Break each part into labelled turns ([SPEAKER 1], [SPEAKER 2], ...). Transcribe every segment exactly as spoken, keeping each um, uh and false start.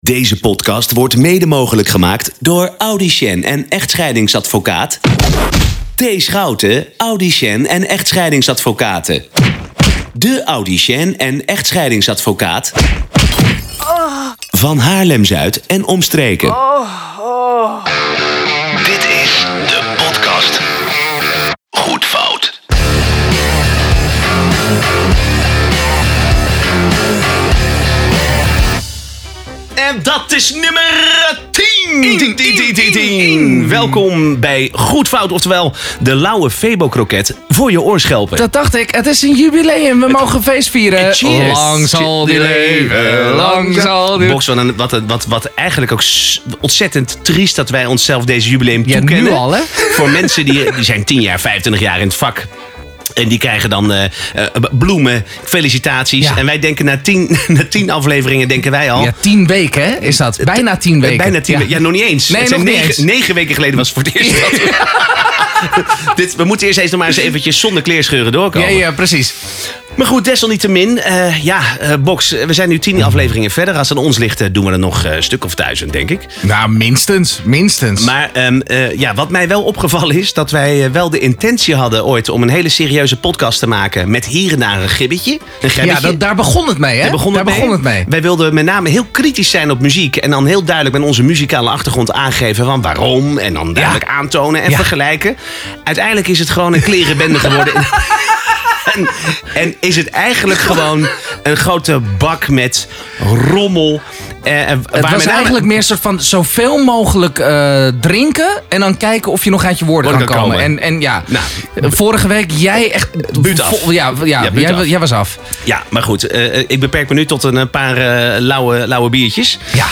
[SPEAKER 1] Deze podcast wordt mede mogelijk gemaakt door Audicien en echtscheidingsadvocaat T. Schouten, Audicien en echtscheidingsadvocaten. De Audicien en echtscheidingsadvocaat van Haarlem-Zuid en omstreken. Dit is de podcast Goed Fout. En dat is nummer tien. tien, tien, tien, tien, tien. Welkom bij Goed Fout, oftewel de lauwe Febo-kroket voor je oorschelpen.
[SPEAKER 2] Dat dacht ik. Het is een jubileum. We het, mogen feest vieren.
[SPEAKER 1] Cheers.
[SPEAKER 2] Lang zal die leven. Lang zal die...
[SPEAKER 1] Box, wat, wat, wat, wat eigenlijk ook ontzettend triest dat wij onszelf deze jubileum
[SPEAKER 2] ja,
[SPEAKER 1] toekennen.
[SPEAKER 2] Nu al, hè?
[SPEAKER 1] Voor mensen die, die zijn tien jaar, vijfentwintig jaar in het vak. En die krijgen dan uh, uh, bloemen, felicitaties. Ja. En wij denken na tien, na tien afleveringen denken wij al...
[SPEAKER 2] Ja, tien weken hè, is dat. Bijna tien weken.
[SPEAKER 1] Bijna tien ja. weken. Ja, nog niet eens.
[SPEAKER 2] Nee,
[SPEAKER 1] het
[SPEAKER 2] nog
[SPEAKER 1] zijn
[SPEAKER 2] niet
[SPEAKER 1] negen,
[SPEAKER 2] eens.
[SPEAKER 1] negen weken geleden was het voor het eerst. Ja. Dat Dit, we moeten eerst eens nog maar eens eventjes zonder kleerscheuren doorkomen.
[SPEAKER 2] Ja, ja, precies.
[SPEAKER 1] Maar goed, desalniettemin, uh, ja, uh, Box, we zijn nu tien afleveringen verder. Als het aan ons ligt, uh, doen we er nog uh, een stuk of duizend, denk ik.
[SPEAKER 2] Nou, minstens, minstens.
[SPEAKER 1] Maar um, uh, ja, wat mij wel opgevallen is, dat wij uh, wel de intentie hadden ooit om een hele serieuze podcast te maken met hier en daar een gibbetje. Een
[SPEAKER 2] ja, dat, daar begon het mee, hè?
[SPEAKER 1] Daar begon,
[SPEAKER 2] daar
[SPEAKER 1] het,
[SPEAKER 2] begon
[SPEAKER 1] mee.
[SPEAKER 2] het mee.
[SPEAKER 1] Wij wilden met name heel kritisch zijn op muziek en dan heel duidelijk met onze muzikale achtergrond aangeven van waarom en dan duidelijk ja. aantonen en ja. vergelijken. Uiteindelijk is het gewoon een klerenbende geworden. En, en is het eigenlijk gewoon een grote bak met rommel. Eh,
[SPEAKER 2] het
[SPEAKER 1] waar
[SPEAKER 2] was
[SPEAKER 1] name...
[SPEAKER 2] eigenlijk meer een soort van zoveel mogelijk uh, drinken en dan kijken of je nog uit je woorden kan komen. komen. En, en ja, nou, vorige week jij echt...
[SPEAKER 1] Buut af.
[SPEAKER 2] Vol, ja, ja, ja jij, af. jij was af.
[SPEAKER 1] Ja, maar goed, uh, ik beperk me nu tot een paar uh, lauwe, lauwe biertjes.
[SPEAKER 2] Ja.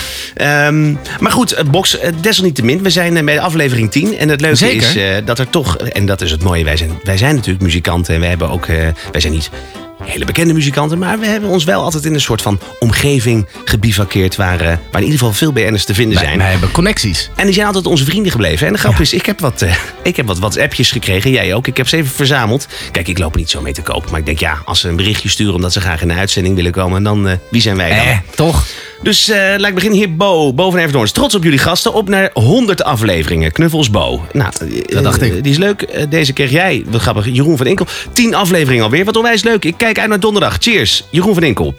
[SPEAKER 1] Um, maar goed, Box, desalniettemin, we zijn bij aflevering tien. En het leuke
[SPEAKER 2] Zeker.
[SPEAKER 1] is uh, dat er toch, en dat is het mooie, wij zijn, wij zijn natuurlijk muzikanten en wij hebben ook, uh, wij zijn niet hele bekende muzikanten, maar we hebben ons wel altijd in een soort van omgeving gebivakkeerd waar, uh, waar in ieder geval veel B N'ers te vinden
[SPEAKER 2] wij,
[SPEAKER 1] zijn.
[SPEAKER 2] Wij hebben connecties.
[SPEAKER 1] En die zijn altijd onze vrienden gebleven. En de grap
[SPEAKER 2] ja.
[SPEAKER 1] is, ik heb wat, uh, ik heb wat WhatsAppjes gekregen, jij ook. Ik heb ze even verzameld. Kijk, ik loop er niet zo mee te koop, maar ik denk ja, als ze een berichtje sturen omdat ze graag in de uitzending willen komen, dan uh, wie zijn wij dan?
[SPEAKER 2] Eh, toch?
[SPEAKER 1] Dus uh, laat ik beginnen hier. Bo, Bo van Everdoorns. Trots op jullie gasten. Op naar honderd afleveringen. Knuffels Bo. Nou,
[SPEAKER 2] dat dacht ik.
[SPEAKER 1] Uh, die is leuk. Uh, deze kreeg jij, wat grappig, Jeroen van Inkel. tien afleveringen alweer. Wat onwijs leuk. Ik kijk uit naar donderdag. Cheers. Jeroen van Inkel.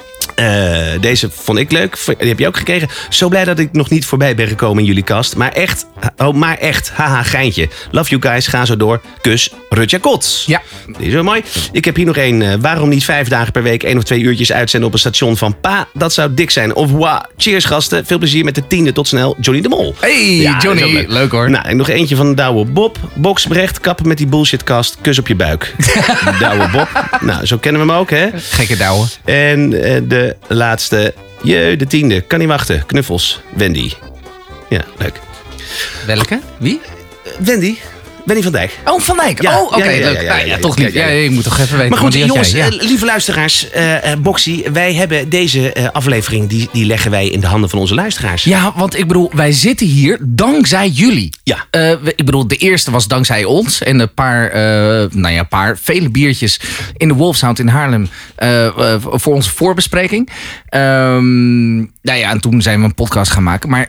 [SPEAKER 1] Uh, deze vond ik leuk. Die heb je ook gekregen. Zo blij dat ik nog niet voorbij ben gekomen in jullie kast. Maar echt, oh, maar echt, haha, geintje. Love you guys, ga zo door. Kus, Rutja Kots.
[SPEAKER 2] Ja.
[SPEAKER 1] Die is wel mooi. Ik heb hier nog één. Uh, waarom niet vijf dagen per week één of twee uurtjes uitzenden op een station van Pa? Dat zou dik zijn. Of wow. Cheers gasten. Veel plezier met de tiende. Tot snel. Johnny de Mol.
[SPEAKER 2] Hey
[SPEAKER 1] ja,
[SPEAKER 2] Johnny.
[SPEAKER 1] Leuk.
[SPEAKER 2] leuk hoor.
[SPEAKER 1] Nou, en nog eentje van Douwe Bob. Boxbrecht, kappen met die bullshitkast. Kus op je buik. Douwe Bob. Nou, zo kennen we hem ook, hè?
[SPEAKER 2] Gekke Douwe.
[SPEAKER 1] En uh, de laatste. Je, de tiende. Kan niet wachten. Knuffels. Wendy. Ja, leuk.
[SPEAKER 2] Welke? Wie?
[SPEAKER 1] Uh, Wendy. Wendy van Dijk.
[SPEAKER 2] Oh, Van Dijk.
[SPEAKER 1] Ja,
[SPEAKER 2] oh, oké, okay,
[SPEAKER 1] ja, ja,
[SPEAKER 2] leuk.
[SPEAKER 1] ja, ja,
[SPEAKER 2] ja, ja,
[SPEAKER 1] ja,
[SPEAKER 2] toch
[SPEAKER 1] ja,
[SPEAKER 2] niet.
[SPEAKER 1] ja, ja.
[SPEAKER 2] Ja, je moet toch even weten.
[SPEAKER 1] Maar goed, jongens,
[SPEAKER 2] jij, ja.
[SPEAKER 1] uh, lieve luisteraars, uh, uh, Boxy, wij hebben deze uh, aflevering, die, die leggen wij in de handen van onze luisteraars.
[SPEAKER 2] Ja, want ik bedoel, wij zitten hier dankzij jullie.
[SPEAKER 1] Ja.
[SPEAKER 2] Uh, we, ik bedoel, de eerste was dankzij ons en een paar, uh, nou ja, paar, vele biertjes in de Wolfsound in Haarlem uh, uh, voor onze voorbespreking. Um, nou ja, en toen zijn we een podcast gaan maken. Maar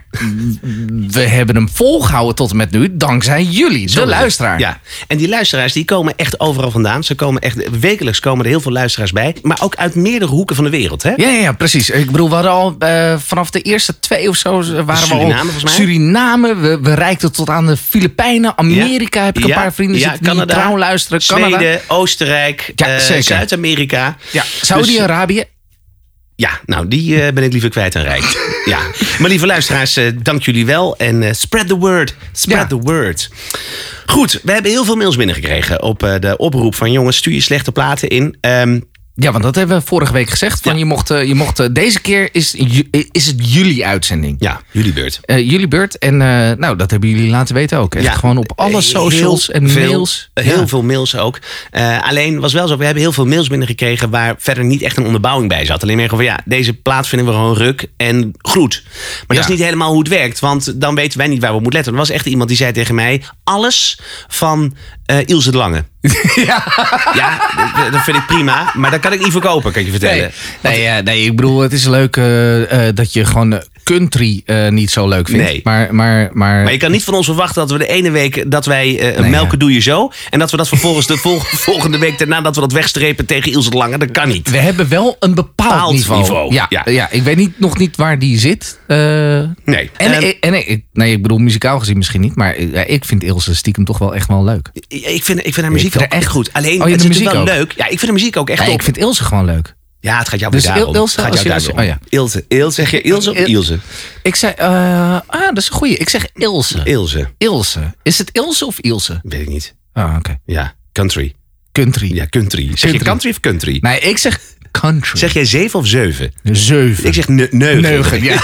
[SPEAKER 2] we hebben hem volgehouden tot en met nu, dankzij jullie,
[SPEAKER 1] Zo
[SPEAKER 2] de luisteraar.
[SPEAKER 1] Ja, en die luisteraars die komen echt overal vandaan. Ze komen echt, wekelijks komen er heel veel luisteraars bij. Maar ook uit meerdere hoeken van de wereld, hè?
[SPEAKER 2] Ja, ja, ja, precies. Ik bedoel, we hadden al uh, vanaf de eerste twee of zo waren
[SPEAKER 1] Suriname,
[SPEAKER 2] we al...
[SPEAKER 1] volgens mij.
[SPEAKER 2] Suriname, we, we reikten tot aan de Filipijnen. Amerika, ja. heb ik een
[SPEAKER 1] ja.
[SPEAKER 2] paar vrienden
[SPEAKER 1] ja,
[SPEAKER 2] zitten
[SPEAKER 1] Canada,
[SPEAKER 2] die trouw luisteren.
[SPEAKER 1] Zweden,
[SPEAKER 2] Canada.
[SPEAKER 1] Oostenrijk,
[SPEAKER 2] ja,
[SPEAKER 1] uh, Zuid-Amerika.
[SPEAKER 2] Ja, Saudi-Arabië.
[SPEAKER 1] Dus, ja, nou, die uh, ben ik liever kwijt en rijk. Ja, maar lieve luisteraars, uh, dank jullie wel. En uh, spread the word, spread ja. the word. Goed, we hebben heel veel mails binnengekregen op uh, de oproep van jongens, stuur je slechte platen in. Um,
[SPEAKER 2] Ja, want dat hebben we vorige week gezegd. Van
[SPEAKER 1] ja.
[SPEAKER 2] je mocht, je mocht, deze keer is, is het jullie uitzending.
[SPEAKER 1] Ja, jullie beurt.
[SPEAKER 2] Uh, jullie beurt. En uh, nou, dat hebben jullie laten weten ook. Echt ja. Gewoon op alle socials heel en
[SPEAKER 1] veel,
[SPEAKER 2] mails.
[SPEAKER 1] Heel
[SPEAKER 2] ja.
[SPEAKER 1] veel mails ook. Uh, alleen was wel zo, we hebben heel veel mails binnengekregen waar verder niet echt een onderbouwing bij zat. Alleen meer gewoon van ja, deze plaat vinden we gewoon ruk en groet. Maar ja. dat is niet helemaal hoe het werkt. Want dan weten wij niet waar we moeten letten. Er was echt iemand die zei tegen mij, alles van uh, Ilse de Lange.
[SPEAKER 2] Ja.
[SPEAKER 1] Ja, dat vind ik prima. Maar dat kan ik niet verkopen, kan ik je vertellen.
[SPEAKER 2] Nee, nee, uh, nee ik bedoel, het is leuk uh, uh, dat je gewoon... Uh, country uh, niet zo leuk vind.
[SPEAKER 1] Nee.
[SPEAKER 2] Maar, maar, maar...
[SPEAKER 1] maar je kan niet van ons verwachten dat we de ene week dat wij uh,
[SPEAKER 2] Nee,
[SPEAKER 1] melken
[SPEAKER 2] ja.
[SPEAKER 1] doe je zo. En dat we dat vervolgens de vol- volgende week daarna dat we dat wegstrepen tegen Ilse de Lange. Dat kan niet.
[SPEAKER 2] We hebben wel een bepaald,
[SPEAKER 1] Bepaald
[SPEAKER 2] niveau.
[SPEAKER 1] niveau,
[SPEAKER 2] Ja,
[SPEAKER 1] ja.
[SPEAKER 2] ja. ik weet niet, nog niet waar die zit. Uh,
[SPEAKER 1] Nee.
[SPEAKER 2] En,
[SPEAKER 1] Ehm,
[SPEAKER 2] en, en nee, ik bedoel muzikaal gezien misschien niet. Maar uh, ik vind Ilse stiekem toch wel echt wel leuk.
[SPEAKER 1] ik, vind, ik vind haar muziek
[SPEAKER 2] vind
[SPEAKER 1] ook
[SPEAKER 2] haar
[SPEAKER 1] echt goed. Alleen,
[SPEAKER 2] Oh, je
[SPEAKER 1] het
[SPEAKER 2] de
[SPEAKER 1] is
[SPEAKER 2] muziek
[SPEAKER 1] natuurlijk wel
[SPEAKER 2] ook?
[SPEAKER 1] leuk. Ja, ik vind de muziek ook echt
[SPEAKER 2] Nee,
[SPEAKER 1] top.
[SPEAKER 2] ik vind Ilse gewoon leuk.
[SPEAKER 1] Ja, het gaat jou
[SPEAKER 2] Dus
[SPEAKER 1] weer daarom.
[SPEAKER 2] Il- Ilse,
[SPEAKER 1] het gaat
[SPEAKER 2] als
[SPEAKER 1] jou
[SPEAKER 2] je-
[SPEAKER 1] daarom.
[SPEAKER 2] oh ja.
[SPEAKER 1] Ilse. Ilse. Zeg je Ilse of
[SPEAKER 2] Il-
[SPEAKER 1] Ilse?
[SPEAKER 2] Ik zei, uh, ah, dat is een goeie. Ik zeg Ilse.
[SPEAKER 1] Ilse.
[SPEAKER 2] Ilse. Is het Ilse of Ilse?
[SPEAKER 1] Weet ik niet.
[SPEAKER 2] Ah, oké. Okay.
[SPEAKER 1] Ja, country.
[SPEAKER 2] Country.
[SPEAKER 1] Ja, country. Zeg je
[SPEAKER 2] Country.
[SPEAKER 1] country of country?
[SPEAKER 2] Nee, ik zeg country.
[SPEAKER 1] Zeg jij zeven of zeven?
[SPEAKER 2] Zeven.
[SPEAKER 1] Ik zeg ne- neugen.
[SPEAKER 2] Neugen, ja.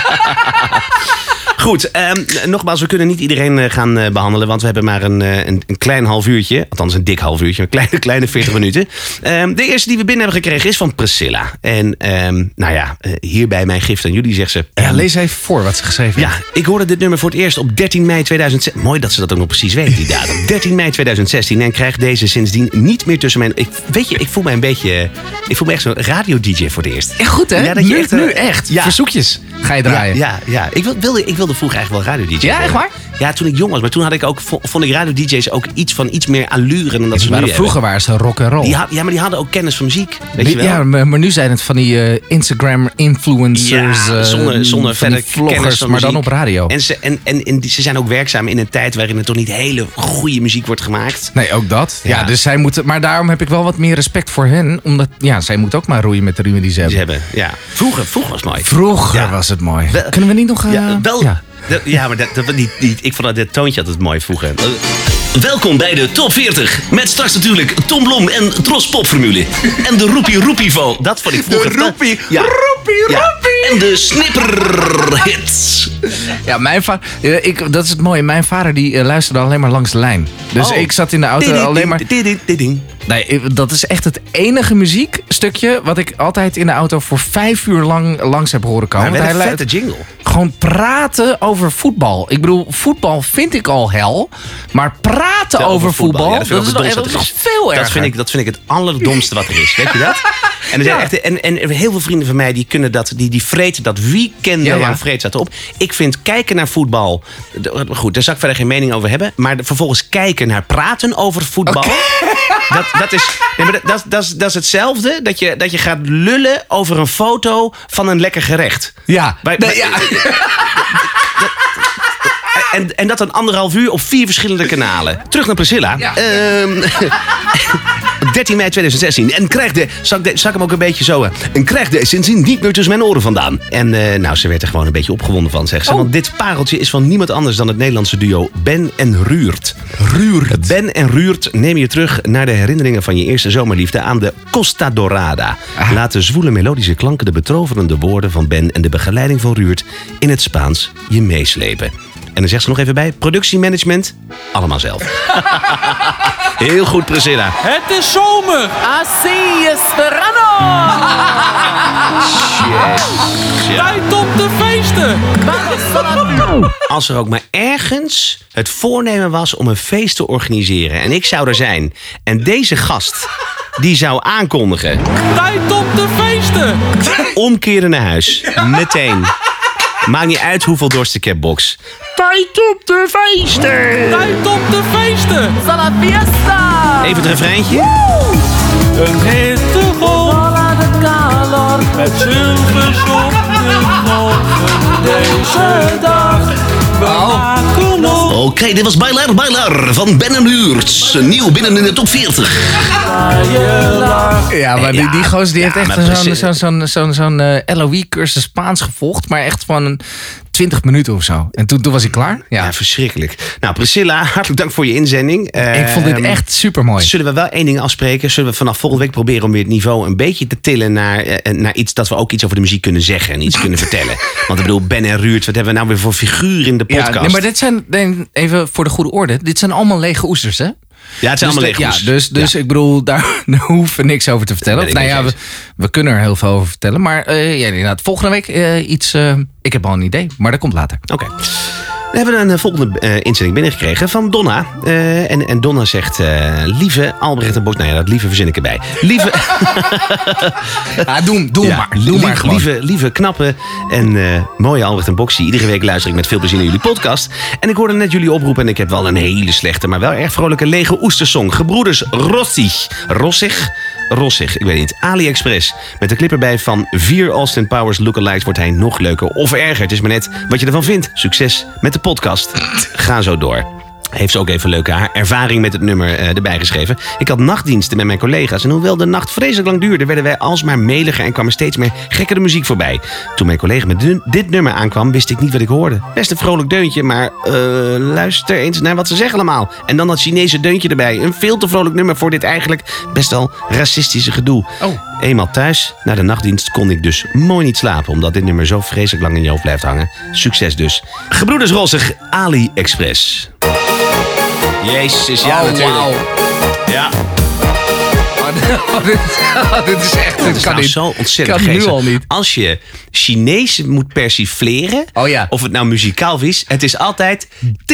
[SPEAKER 1] Goed, um, nogmaals, we kunnen niet iedereen uh, gaan uh, behandelen. Want we hebben maar een, uh, een, een klein half uurtje. Althans, een dik half uurtje. Een kleine, kleine veertig minuten. Um, de eerste die we binnen hebben gekregen is van Priscilla. En um, nou ja, uh, hierbij mijn gift aan jullie, zegt ze.
[SPEAKER 2] Ja,
[SPEAKER 1] um,
[SPEAKER 2] lees even voor wat ze geschreven
[SPEAKER 1] Ja,
[SPEAKER 2] heeft.
[SPEAKER 1] ik hoorde dit nummer voor het eerst op dertien mei tweeduizend zestien. Mooi dat ze dat ook nog precies weet, die datum. dertien mei tweeduizend zestien. En krijg deze sindsdien niet meer tussen mijn... Ik, weet je, ik voel mij een beetje... Ik voel me echt zo'n radio-D J voor het eerst.
[SPEAKER 2] Ja, goed hè?
[SPEAKER 1] Ja, dat je
[SPEAKER 2] nu,
[SPEAKER 1] echt, uh,
[SPEAKER 2] nu echt.
[SPEAKER 1] ja.
[SPEAKER 2] Verzoekjes ga je
[SPEAKER 1] Ja,
[SPEAKER 2] draaien.
[SPEAKER 1] ja, ja. Ik wil- wilde, ik wilde vroeger eigenlijk wel radio-D J
[SPEAKER 2] Ja,
[SPEAKER 1] worden.
[SPEAKER 2] echt waar?
[SPEAKER 1] Ja, toen ik jong was. Maar toen had ik ook, vo- vond ik radio-D J's ook iets van iets meer allure dan dat ze nu
[SPEAKER 2] Maar
[SPEAKER 1] hebben.
[SPEAKER 2] vroeger waren ze rock and roll.
[SPEAKER 1] Die had, ja, maar die hadden ook kennis van muziek. Weet je wel?
[SPEAKER 2] Ja, maar maar nu zijn het van die uh, Instagram-influencers,
[SPEAKER 1] Ja,
[SPEAKER 2] uh,
[SPEAKER 1] zonder, zonder
[SPEAKER 2] van die
[SPEAKER 1] verder kennis
[SPEAKER 2] vloggers,
[SPEAKER 1] van
[SPEAKER 2] maar dan
[SPEAKER 1] muziek.
[SPEAKER 2] op radio.
[SPEAKER 1] En, ze, en, en, en die- ze zijn ook werkzaam in een tijd waarin er toch niet hele goede muziek wordt gemaakt.
[SPEAKER 2] Nee, ook dat. Ja.
[SPEAKER 1] Ja.
[SPEAKER 2] dus zij moeten. Maar daarom heb ik wel wat meer respect voor hen. Omdat, ja, zij moeten ook maar roeien met de riemen die ze
[SPEAKER 1] Die
[SPEAKER 2] hebben.
[SPEAKER 1] ze hebben, ja. Vroeger, vroeger was het mooi.
[SPEAKER 2] Vroeger
[SPEAKER 1] Ja.
[SPEAKER 2] was het mooi.
[SPEAKER 1] Wel-
[SPEAKER 2] Kunnen we niet nog... Uh,
[SPEAKER 1] Ja, wel.
[SPEAKER 2] ja.
[SPEAKER 1] Dat- Ja, maar dat, dat, die, die, ik vond dat dit toontje altijd mooi vroeger. Welkom bij de Top veertig. Met straks natuurlijk Tom Blom en Tros Popformule. En de Roepie Roepievo. Dat vond ik vroeger.
[SPEAKER 2] De Roepie
[SPEAKER 1] ja.
[SPEAKER 2] Roepie
[SPEAKER 1] Ja.
[SPEAKER 2] Roepie.
[SPEAKER 1] En de Snipperhits.
[SPEAKER 2] Ja, mijn vader, ik, dat is het mooie. Mijn vader die uh, luisterde alleen maar langs de lijn. Dus
[SPEAKER 1] Oh.
[SPEAKER 2] ik zat in de auto
[SPEAKER 1] Ding,
[SPEAKER 2] alleen
[SPEAKER 1] ding,
[SPEAKER 2] maar...
[SPEAKER 1] ding, ding, ding, ding.
[SPEAKER 2] Nee, ik- dat is echt het enige muziekstukje wat ik altijd in de auto voor vijf uur lang langs heb horen komen.
[SPEAKER 1] Maar wel
[SPEAKER 2] Want
[SPEAKER 1] een
[SPEAKER 2] hij
[SPEAKER 1] vette jingle.
[SPEAKER 2] gewoon praten over voetbal. Ik bedoel, voetbal vind ik al hel. Maar praten
[SPEAKER 1] Ja,
[SPEAKER 2] over voetbal,
[SPEAKER 1] Ja,
[SPEAKER 2] dat,
[SPEAKER 1] vind ik
[SPEAKER 2] is
[SPEAKER 1] ook
[SPEAKER 2] nog,
[SPEAKER 1] het
[SPEAKER 2] dat is
[SPEAKER 1] domste
[SPEAKER 2] nog
[SPEAKER 1] wat er
[SPEAKER 2] veel erger.
[SPEAKER 1] Dat vind, ik, dat vind ik het allerdomste wat er is. Weet je dat? En, er zijn
[SPEAKER 2] Ja.
[SPEAKER 1] echt, en, en heel veel vrienden van mij die kunnen dat, die, die vreten dat weekendenlang
[SPEAKER 2] Ja, ja.
[SPEAKER 1] vreten dat op. Ik vind kijken naar voetbal, d- goed, daar zal ik verder geen mening over hebben. Maar de- vervolgens kijken naar praten over voetbal. Dat, dat, is, nee, maar dat, dat, dat, is, dat is hetzelfde dat je, dat je gaat lullen over een foto van een lekker gerecht.
[SPEAKER 2] Ja.
[SPEAKER 1] Bij-
[SPEAKER 2] Nee,
[SPEAKER 1] bij-
[SPEAKER 2] ja.
[SPEAKER 1] En, en dat een anderhalf uur op vier verschillende kanalen. Terug naar Priscilla.
[SPEAKER 2] Ja.
[SPEAKER 1] Ehm, dertien mei tweeduizend zestien. En krijg de, zal ik, de, zal ik hem ook een beetje zo... eh, En krijg de sindsdien niet meer tussen mijn oren vandaan. En eh, nou, ze werd er gewoon een beetje opgewonden van, zegt ze.
[SPEAKER 2] Oh.
[SPEAKER 1] Want dit pareltje is van niemand anders dan het Nederlandse duo Ben en Ruurt.
[SPEAKER 2] Ruurt.
[SPEAKER 1] Ben en Ruurt nemen je terug naar de herinneringen van je eerste zomerliefde aan de Costa Dorada.
[SPEAKER 2] Ah.
[SPEAKER 1] Laat de zwoele melodische klanken, de betroverende woorden van Ben en de begeleiding van Ruurt in het Spaans je meeslepen. En dan zegt ze nog even bij, productiemanagement, allemaal zelf. Heel goed, Priscilla.
[SPEAKER 3] Het is zomer.
[SPEAKER 4] Así es verano.
[SPEAKER 3] Tijd om te feesten.
[SPEAKER 1] Als er ook maar ergens het voornemen was om een feest te organiseren en ik zou er zijn en deze gast die zou aankondigen,
[SPEAKER 3] Tijd om te feesten.
[SPEAKER 1] omkeren naar huis, meteen. Maakt niet uit hoeveel dorst ik heb, box. Tijd om te feesten!
[SPEAKER 3] Tijd om te feesten.
[SPEAKER 4] A la fiesta.
[SPEAKER 1] Even het refreintje.
[SPEAKER 3] Een hitte golf
[SPEAKER 4] Hola de calor.
[SPEAKER 3] met zilvers op de golven. Deze dag. We maken nog
[SPEAKER 1] Oké, dit was Bailar Bailar van Ben en Ruurt. Nieuw binnen in de top veertig.
[SPEAKER 3] je lach.
[SPEAKER 2] Ja, maar die, die gozer die
[SPEAKER 1] Ja,
[SPEAKER 2] heeft
[SPEAKER 1] maar
[SPEAKER 2] echt zo'n
[SPEAKER 1] precies.
[SPEAKER 2] zo'n zo'n zo'n zo'n eh, L O I-cursus Spaans gevolgd. Maar echt van een twintig minuten of zo. En toen, toen was hij klaar.
[SPEAKER 1] Ja,
[SPEAKER 2] Ja,
[SPEAKER 1] verschrikkelijk. Nou, Priscilla, hartelijk dank voor je inzending.
[SPEAKER 2] ik vond dit
[SPEAKER 1] Ehm,
[SPEAKER 2] echt super mooi.
[SPEAKER 1] Zullen we wel één ding afspreken? Zullen we vanaf volgende week proberen om weer het niveau een beetje te tillen naar, eh, naar iets dat we ook iets over de muziek kunnen zeggen en iets kunnen vertellen? Want ik bedoel, Ben en Ruurt, wat hebben we nou weer voor figuur in de podcast?
[SPEAKER 2] Ja, nee, maar dit zijn, nee, even voor de goede orde, dit zijn allemaal lege oesters, hè?
[SPEAKER 1] Ja, het zijn
[SPEAKER 2] Dus
[SPEAKER 1] allemaal
[SPEAKER 2] de-
[SPEAKER 1] leeg.
[SPEAKER 2] Ja, dus, dus ik bedoel, daar, daar hoeven we niks over te vertellen.
[SPEAKER 1] Dat ben ik
[SPEAKER 2] Nou
[SPEAKER 1] mee
[SPEAKER 2] ja, we, we kunnen er heel veel over vertellen. Maar eh ja, inderdaad, volgende week eh, iets... eh, ik heb al een idee, maar dat komt later.
[SPEAKER 1] Oké. We hebben een uh, volgende uh, inzending binnengekregen van Donna. Uh, en, en Donna zegt, uh, lieve Albrecht en Box. Nou ja, dat lieve verzin ik erbij. Lieve...
[SPEAKER 2] ja, doe doe
[SPEAKER 1] ja,
[SPEAKER 2] maar. Doe
[SPEAKER 1] lieve,
[SPEAKER 2] maar gewoon.
[SPEAKER 1] Lieve, lieve, knappe en uh, mooie Albrecht en Boxie. Iedere week luister ik met veel plezier naar jullie podcast. En ik hoorde net jullie oproepen en ik heb wel een hele slechte, maar wel erg vrolijke lege oestersong. Gebroeders Rossig. Rossig? Rossig, ik weet niet. AliExpress. Met de clip erbij van vier Austin Powers lookalikes wordt hij nog leuker of erger. Het is maar net wat je ervan vindt. Succes met de podcast. Ga zo door. Heeft ze ook even leuke haar ervaring met het nummer uh, erbij geschreven. Ik had nachtdiensten met mijn collega's. En hoewel de nacht vreselijk lang duurde, werden wij alsmaar meliger en kwam er steeds meer gekkere muziek voorbij. Toen mijn collega met dit, dit nummer aankwam, wist ik niet wat ik hoorde. Best een vrolijk deuntje, maar uh, luister eens naar wat ze zeggen allemaal. En dan dat Chinese deuntje erbij. Een veel te vrolijk nummer voor dit eigenlijk best wel racistische gedoe.
[SPEAKER 2] Oh.
[SPEAKER 1] Eenmaal thuis, na de nachtdienst, kon ik dus mooi niet slapen. Omdat dit nummer zo vreselijk lang in je hoofd blijft hangen. Succes dus. Gebroeders Rossig, AliExpress. Jezus, ja,
[SPEAKER 2] oh,
[SPEAKER 1] natuurlijk.
[SPEAKER 2] Wow.
[SPEAKER 1] Ja.
[SPEAKER 2] Oh, dit, oh, dit is echt...
[SPEAKER 1] Dat
[SPEAKER 2] Dit
[SPEAKER 1] is
[SPEAKER 2] kan
[SPEAKER 1] nou
[SPEAKER 2] niet.
[SPEAKER 1] zo ontzettend
[SPEAKER 2] Kan nu
[SPEAKER 1] geestig.
[SPEAKER 2] al niet.
[SPEAKER 1] Als je Chinees moet persifleren,
[SPEAKER 2] Oh ja.
[SPEAKER 1] of het nou muzikaal is, het is altijd...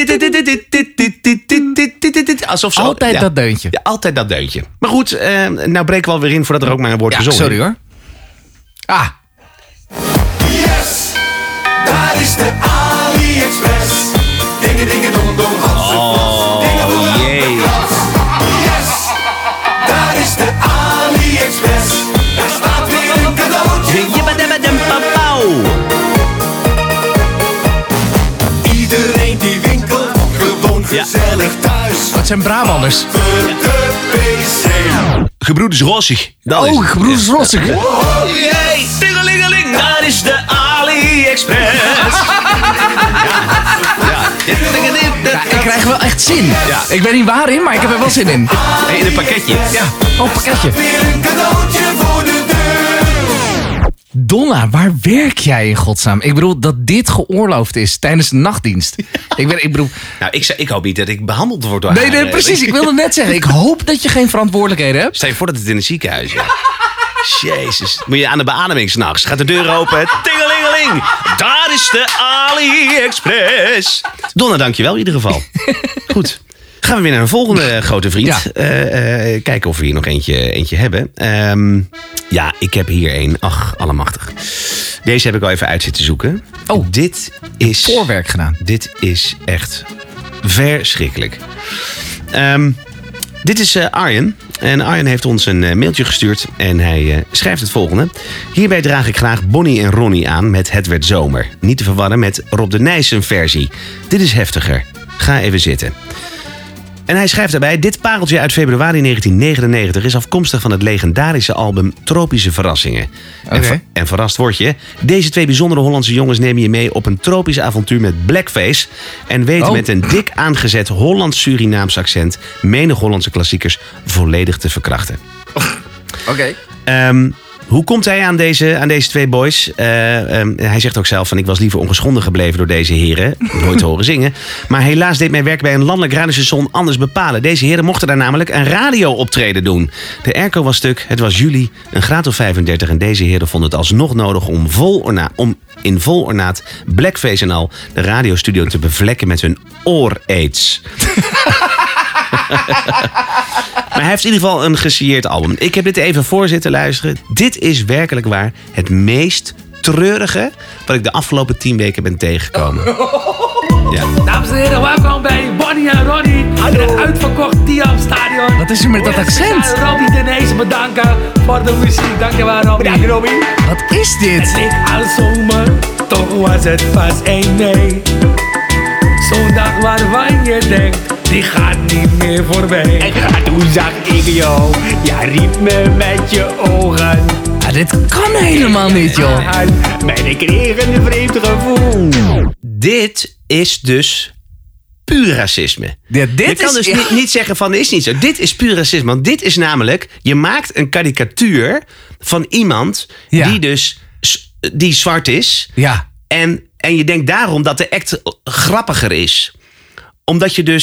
[SPEAKER 1] Alsof ze
[SPEAKER 2] Altijd
[SPEAKER 1] ja,
[SPEAKER 2] dat deuntje.
[SPEAKER 1] Ja, altijd dat deuntje. Maar goed, uh, nou breken we alweer in voordat er ook maar een woord
[SPEAKER 2] Ja,
[SPEAKER 1] gezongen
[SPEAKER 2] sorry hoor. Ah.
[SPEAKER 5] Yes, daar is de AliExpress. Dingen, dingen, dong, dong,
[SPEAKER 1] Oh, jee.
[SPEAKER 5] Yes, daar is de AliExpress. Daar staat weer een cadeautje. Iedereen die winkelt, gewoon gezellig thuis.
[SPEAKER 2] Wat zijn Brabanders?
[SPEAKER 5] Voor de P C.
[SPEAKER 1] Gebroeders Rossig. Dat is
[SPEAKER 2] Oh,
[SPEAKER 1] het.
[SPEAKER 2] gebroeders Rossig.
[SPEAKER 1] Jee, tingelingeling, daar is de AliExpress. ja.
[SPEAKER 2] Ja, ik krijg wel echt zin.
[SPEAKER 1] Ja.
[SPEAKER 2] Ik weet niet waarin, maar ik heb er wel zin in.
[SPEAKER 1] In een pakketje. Ja.
[SPEAKER 2] Oh, pakketje.
[SPEAKER 5] Weer een cadeautje voor de deur.
[SPEAKER 2] Donna, waar werk jij in godsnaam? Ik bedoel dat dit geoorloofd is tijdens de nachtdienst. Ik, ben, ik bedoel...
[SPEAKER 1] Nou, ik, ik hoop niet dat ik behandeld word door
[SPEAKER 2] Nee,
[SPEAKER 1] haar.
[SPEAKER 2] nee, precies. Ik wilde net zeggen. Ik hoop dat je geen verantwoordelijkheden hebt.
[SPEAKER 1] Stel je voor dat het in een ziekenhuis is. Jezus. Moet je aan de beademing s'nachts. Gaat de deur open. Tingelingeling. Daar is de AliExpress. Donna, dankjewel in ieder geval. Goed. Gaan we weer naar een volgende grote vriend.
[SPEAKER 2] Ja.
[SPEAKER 1] Uh, uh, kijken of we hier nog eentje, eentje hebben. Um, ja, ik heb hier een. Ach, allemachtig. Deze heb ik al even uit zitten zoeken.
[SPEAKER 2] Oh.
[SPEAKER 1] Dit is...
[SPEAKER 2] Voorwerk gedaan.
[SPEAKER 1] Dit is echt verschrikkelijk. Um, dit is uh, Arjen. En Arjen heeft ons een uh, mailtje gestuurd. En hij uh, schrijft het volgende. Hierbij draag ik graag Bonnie en Ronnie aan met Het werd zomer. Niet te verwarren met Rob de Nijssen versie. Dit is heftiger. Ga even zitten. En hij schrijft daarbij: dit pareltje uit februari negentien negenennegentig is afkomstig van het legendarische album Tropische Verrassingen. En,
[SPEAKER 2] Oké.
[SPEAKER 1] ver- en verrast word je. Deze twee bijzondere Hollandse jongens nemen je mee op een tropisch avontuur met blackface. En weten
[SPEAKER 2] Oh.
[SPEAKER 1] met een dik aangezet Hollands-Surinaams accent menig Hollandse klassiekers volledig te verkrachten.
[SPEAKER 2] Oké.
[SPEAKER 1] Um, hoe komt hij aan deze, aan deze twee boys? Uh, um, hij zegt ook zelf van: ik was liever ongeschonden gebleven door deze heren. Nooit te horen zingen. Maar helaas deed mijn werk bij een landelijk radiostation anders bepalen. Deze heren mochten daar namelijk een radio-optreden doen. De airco was stuk, het was juli, een graad of vijfendertig. En deze heren vonden het alsnog nodig om, vol orna- om in vol ornaat, blackface en al, de radiostudio te bevlekken met hun oor-aids. Maar hij heeft in ieder geval een gesigneerd album. Ik heb dit even voor zitten luisteren. Dit is werkelijk waar het meest treurige wat ik de afgelopen tien weken ben tegengekomen. Ja.
[SPEAKER 4] Dames en heren, welkom bij Bonnie en Ronnie. In het uitverkocht Diam Stadion.
[SPEAKER 2] Wat is er met dat accent?
[SPEAKER 4] Robbie de Nijs bedanken voor de muziek. Dankjewel Robbie. Bedankt Robbie.
[SPEAKER 2] Wat is dit?
[SPEAKER 4] Ik als zomer, toch was het pas één mei. Zo'n dag waarvan je denkt, die gaat niet meer voorbij. En toen zag ik jou, ja riep me met je ogen.
[SPEAKER 2] Ah, dit kan helemaal niet, joh.
[SPEAKER 4] Maar ik kreeg een vreemd gevoel.
[SPEAKER 1] Dit is dus puur racisme.
[SPEAKER 2] Ja, dit
[SPEAKER 1] je kan
[SPEAKER 2] is-
[SPEAKER 1] dus
[SPEAKER 2] ja.
[SPEAKER 1] niet, niet zeggen van is niet zo. Dit is puur racisme. Want dit is namelijk, je maakt een karikatuur van iemand
[SPEAKER 2] Ja.
[SPEAKER 1] die dus s- die zwart is.
[SPEAKER 2] Ja.
[SPEAKER 1] En, en je denkt daarom dat de act grappiger is. Omdat je dus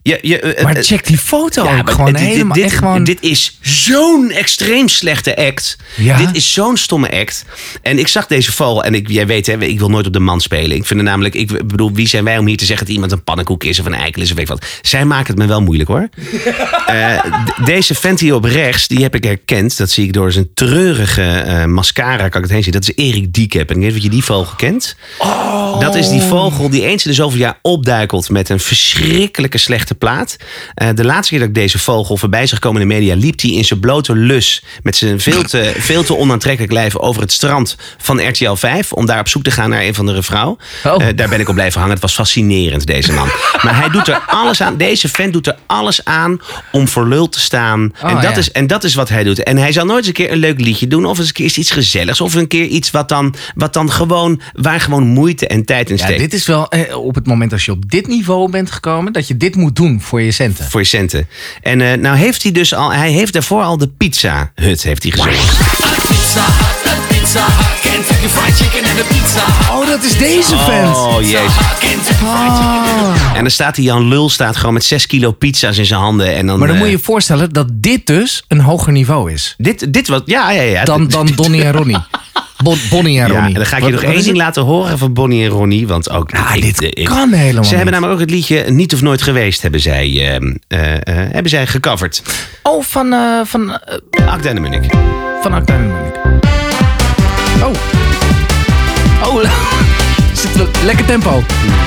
[SPEAKER 1] Je, je, uh,
[SPEAKER 2] Maar check die foto
[SPEAKER 1] ja,
[SPEAKER 2] ook
[SPEAKER 1] maar
[SPEAKER 2] gewoon
[SPEAKER 1] dit,
[SPEAKER 2] helemaal
[SPEAKER 1] dit,
[SPEAKER 2] echt gewoon...
[SPEAKER 1] dit is zo'n extreem slechte act.
[SPEAKER 2] Ja?
[SPEAKER 1] Dit is zo'n stomme act. En ik zag deze vogel. En ik, jij weet, hè, ik wil nooit op de man spelen. Ik vind het namelijk... Ik bedoel, wie zijn wij om hier te zeggen dat iemand een pannenkoek is of een eikel is of weet ik wat. Zij maken het me wel moeilijk, hoor. uh, d- deze vent hier op rechts, die heb ik herkend. Dat zie ik door zijn treurige uh, mascara, kan ik het heen zien. Dat is Erik Diekep. En ik weet of je die vogel kent. Oh. Dat is die vogel die eens in de zoveel jaar opduikelt met een verschrikkelijke slechte plaat. Uh, de laatste keer dat ik deze vogel voorbij zag komen in de media, liep hij in zijn blote lus met zijn veel te, veel te onaantrekkelijk lijf over het strand van R T L vijf om daar op zoek te gaan naar een van de vrouw.
[SPEAKER 2] Oh.
[SPEAKER 1] Uh, daar ben ik op blijven hangen. Het was fascinerend, deze man. Maar hij doet er alles aan. Deze vent doet er alles aan om voor lul te staan.
[SPEAKER 2] Oh,
[SPEAKER 1] en, dat
[SPEAKER 2] ja.
[SPEAKER 1] is, en dat is wat hij doet. En hij zal nooit eens een keer een leuk liedje doen of eens een keer iets gezelligs of een keer iets wat dan, wat dan gewoon, waar gewoon moeite en tijd in
[SPEAKER 2] Ja,
[SPEAKER 1] steekt.
[SPEAKER 2] dit is wel eh, op het moment als je op dit niveau bent gekomen, dat je dit moet doen voor je centen.
[SPEAKER 1] Voor je centen. En uh, nou heeft hij dus al, hij heeft daarvoor al de Pizza Hut heeft hij gezongen.
[SPEAKER 5] Pizza Hut, een Pizza Hut, Kentucky Fried Chicken en een Pizza Hut.
[SPEAKER 2] Oh, dat is deze vent.
[SPEAKER 1] Oh jezus.
[SPEAKER 5] Kentucky Fried Chicken.
[SPEAKER 1] En dan staat die Jan Lul staat gewoon met zes kilo pizza's in zijn handen. En dan,
[SPEAKER 2] Maar dan
[SPEAKER 1] uh,
[SPEAKER 2] moet je je voorstellen dat dit dus een hoger niveau is.
[SPEAKER 1] Dit, dit wat, ja, ja, ja.
[SPEAKER 2] Dan, dan Donnie en Ronnie. Bon, Bonnie en
[SPEAKER 1] Ja,
[SPEAKER 2] Ronnie.
[SPEAKER 1] en dan ga ik je
[SPEAKER 2] Wat-
[SPEAKER 1] nog
[SPEAKER 2] wat
[SPEAKER 1] één
[SPEAKER 2] is
[SPEAKER 1] ding
[SPEAKER 2] het?
[SPEAKER 1] laten horen van Bonnie en Ronnie. Want ook...
[SPEAKER 2] Ja,
[SPEAKER 1] ik-
[SPEAKER 2] dit
[SPEAKER 1] ik-
[SPEAKER 2] kan helemaal
[SPEAKER 1] Ze hebben
[SPEAKER 2] niet.
[SPEAKER 1] namelijk ook het liedje Niet of Nooit Geweest hebben zij, uh, uh, uh, hebben zij gecoverd.
[SPEAKER 2] Oh, van, uh, van, uh,
[SPEAKER 1] Akda en de Munnik.
[SPEAKER 2] van Akda en de Munnik. Oh. Oh, zit wel- lekker tempo.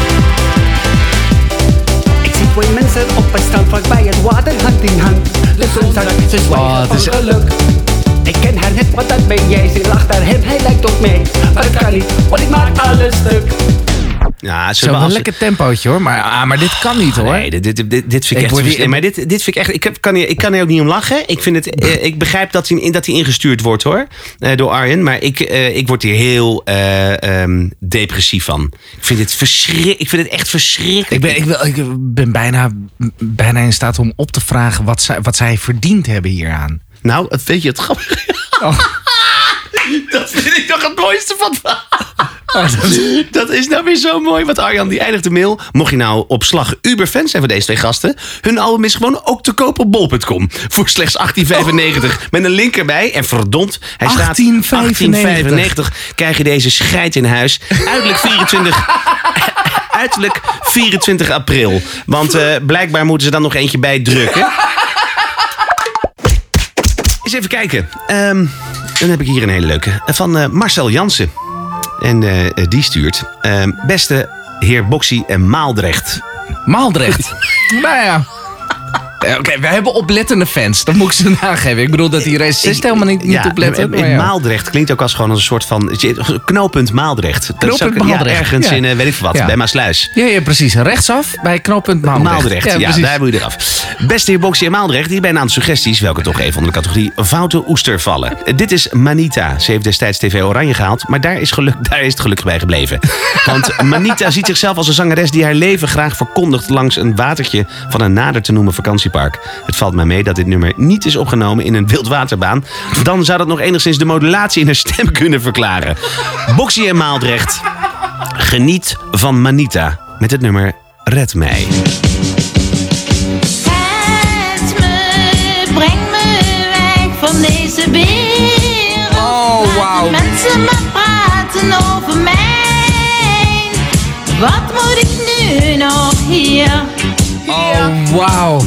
[SPEAKER 6] Ik zie twee mensen op een strand vlakbij het water hand in hand. De zon zakt, ze
[SPEAKER 2] Oh,
[SPEAKER 6] zwijgen
[SPEAKER 2] het
[SPEAKER 6] van
[SPEAKER 2] is-
[SPEAKER 6] geluk. Ik ken haar net, wat dat ben jij. Ze lacht naar hem, hij lijkt op mij. Maar het kan niet, want ik maak alles stuk.
[SPEAKER 1] Ja,
[SPEAKER 2] Zo wel een lekker tempootje hoor. Maar, ah, maar dit kan niet hoor.
[SPEAKER 1] Nee, dit, dit, dit, dit vind ik,
[SPEAKER 2] Ik
[SPEAKER 1] echt...
[SPEAKER 2] word hier-
[SPEAKER 1] vers- maar dit, dit vind ik echt... Ik, heb- kan hier, ik kan hier ook niet om lachen. Ik, vind het, eh, ik begrijp dat hij, dat hij ingestuurd wordt hoor. eh, door Arjen. Maar ik, eh, ik word hier heel eh, ehm, depressief van. Ik vind het verschrik, Ik vind het echt verschrikkelijk.
[SPEAKER 2] Ik ben, ik, wil- ik ben bijna, bijna in staat om op te vragen wat zij, wat zij verdiend hebben hieraan.
[SPEAKER 1] Nou, het- weet je het grappige?
[SPEAKER 2] Oh.
[SPEAKER 1] Dat vind ik toch het mooiste van het verhaal. Dat is nou weer zo mooi. Want Arjan die eindigt de mail. Mocht je nou op slag uber-fan zijn van deze twee gasten. Hun album is gewoon ook te koop op bol punt com. Voor slechts achttien vijfennegentig. Met een link erbij. En verdomd, hij staat
[SPEAKER 2] achttien vijfennegentig.
[SPEAKER 1] achttien vijfennegentig. Krijg je deze scheid in huis. Uiterlijk vierentwintig... Uiterlijk vierentwintig april. Want uh, blijkbaar moeten ze dan nog eentje bij drukken. Eens even kijken. Um, dan heb ik hier een hele leuke. Van uh, Marcel Jansen. En uh, die stuurt. Uh, beste heer Boxy en Maaldrecht.
[SPEAKER 2] Maaldrecht. Nou ja. Oké, okay, we hebben oplettende fans. Dat moet ik ze nageven. Ik bedoel dat die racist helemaal niet, niet
[SPEAKER 1] ja,
[SPEAKER 2] opletten.
[SPEAKER 1] in
[SPEAKER 2] Maar ja.
[SPEAKER 1] Maaldrecht klinkt ook als gewoon als een soort van knooppunt Maaldrecht. Dat
[SPEAKER 2] Knooppunt
[SPEAKER 1] is ook,
[SPEAKER 2] Maaldrecht,
[SPEAKER 1] Ja, ergens
[SPEAKER 2] ja.
[SPEAKER 1] in uh, weet ik veel wat,
[SPEAKER 2] Ja.
[SPEAKER 1] bij Maasluis.
[SPEAKER 2] Ja, ja, precies. Rechtsaf bij knooppunt Maaldrecht.
[SPEAKER 1] Maaldrecht, ja,
[SPEAKER 2] precies.
[SPEAKER 1] daar moet je eraf. Beste heer Boxy en Maaldrecht, die bij een aantal suggesties, welke toch even onder de categorie foute oester vallen. Dit is Manita. Ze heeft destijds T V Oranje gehaald, maar daar is, geluk, daar is het gelukkig bij gebleven. Want Manita ziet zichzelf als een zangeres die haar leven graag verkondigt langs een watertje van een nader te noemen vakantiepark. Het valt mij mee dat dit nummer niet is opgenomen in een wildwaterbaan. Dan zou dat nog enigszins de modulatie in haar stem kunnen verklaren. Boxy en Maaldrecht, geniet van Manita met het nummer Red Mij.
[SPEAKER 7] Red me, breng me weg van deze wereld.
[SPEAKER 2] Oh, wauw.
[SPEAKER 7] Laat de mensen maar praten over mij. Wat moet ik nu nog hier?
[SPEAKER 2] Oh, wauw.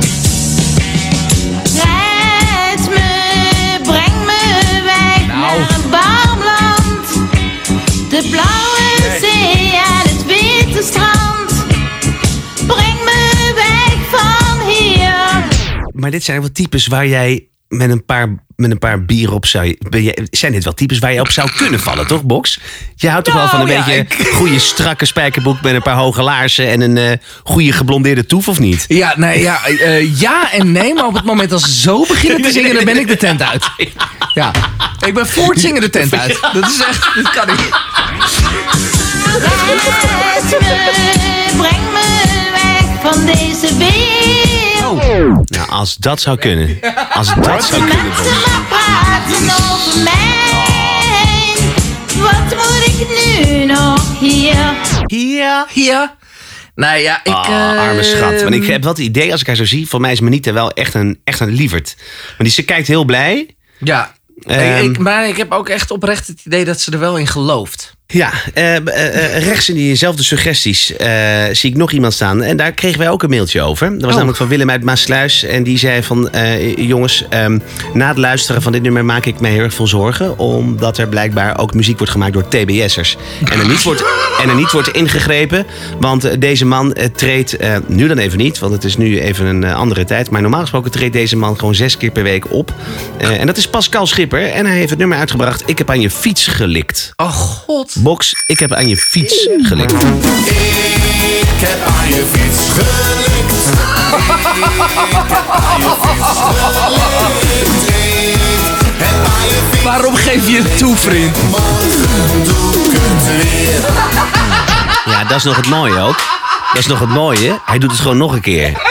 [SPEAKER 7] Red me, breng me weg
[SPEAKER 2] Nou.
[SPEAKER 7] naar een warm land. De blauwe zee en het witte strand. Breng me weg van hier.
[SPEAKER 1] Maar dit zijn wel types waar jij met een paar, met een paar bier op zou... Ben je, zijn dit wel types waar je op zou kunnen vallen, toch, Box? Je houdt toch wel van een
[SPEAKER 2] Nou, ja,
[SPEAKER 1] beetje goede strakke spijkerbroek met een paar hoge laarzen en een uh, goede geblondeerde toef, of niet?
[SPEAKER 2] Ja, nee, ja, uh, ja en nee, maar op het moment als ze zo beginnen te zingen, dan ben ik de tent uit. Ja, ik ben voor het zingen de tent uit. Dat is echt, dat kan niet.
[SPEAKER 7] Red me, breng me weg van deze wereld.
[SPEAKER 1] Nou, als dat zou kunnen. Als dat zou kunnen, Box.
[SPEAKER 7] Mensen maar praten over mij. Wat moet ik nu nog hier?
[SPEAKER 1] Ja.
[SPEAKER 2] Hier. Nee, ja, ik...
[SPEAKER 1] Ah,
[SPEAKER 2] uh,
[SPEAKER 1] arme schat. Want ik heb wel het idee, als ik haar zo zie... voor mij is Manita wel echt een, echt een lieverd. Want die, ze kijkt heel blij.
[SPEAKER 2] Ja,
[SPEAKER 1] Um,
[SPEAKER 2] ik, maar ik heb ook echt oprecht het idee dat ze er wel in gelooft.
[SPEAKER 1] Ja, uh, uh, uh, rechts in diezelfde suggesties uh, zie ik nog iemand staan. En daar kregen wij ook een mailtje over. Dat was
[SPEAKER 2] oh.
[SPEAKER 1] namelijk van Willem uit Maasluis. En die zei van, uh, jongens, um, na het luisteren van dit nummer maak ik mij heel erg veel zorgen. Omdat er blijkbaar ook muziek wordt gemaakt door T B S'ers. En er niet wordt, en er niet wordt ingegrepen. Want uh, deze man uh, treedt, uh, nu dan even niet, want het is nu even een uh, andere tijd. Maar normaal gesproken treedt deze man gewoon zes keer per week op. Uh, en dat is Pascal Schipper. En hij heeft het nummer uitgebracht, Ik heb aan je fiets gelikt.
[SPEAKER 2] Oh god.
[SPEAKER 1] Box, ik heb aan je fiets gelikt.
[SPEAKER 5] Ik heb aan je fiets gelikt. Ik heb aan je fiets gelikt.
[SPEAKER 2] Waarom geef je het toe, vriend?
[SPEAKER 5] Morgen doe ik het weer.
[SPEAKER 1] Ja, dat is nog het mooie ook. Dat is nog het mooie. Hij doet het gewoon nog een keer.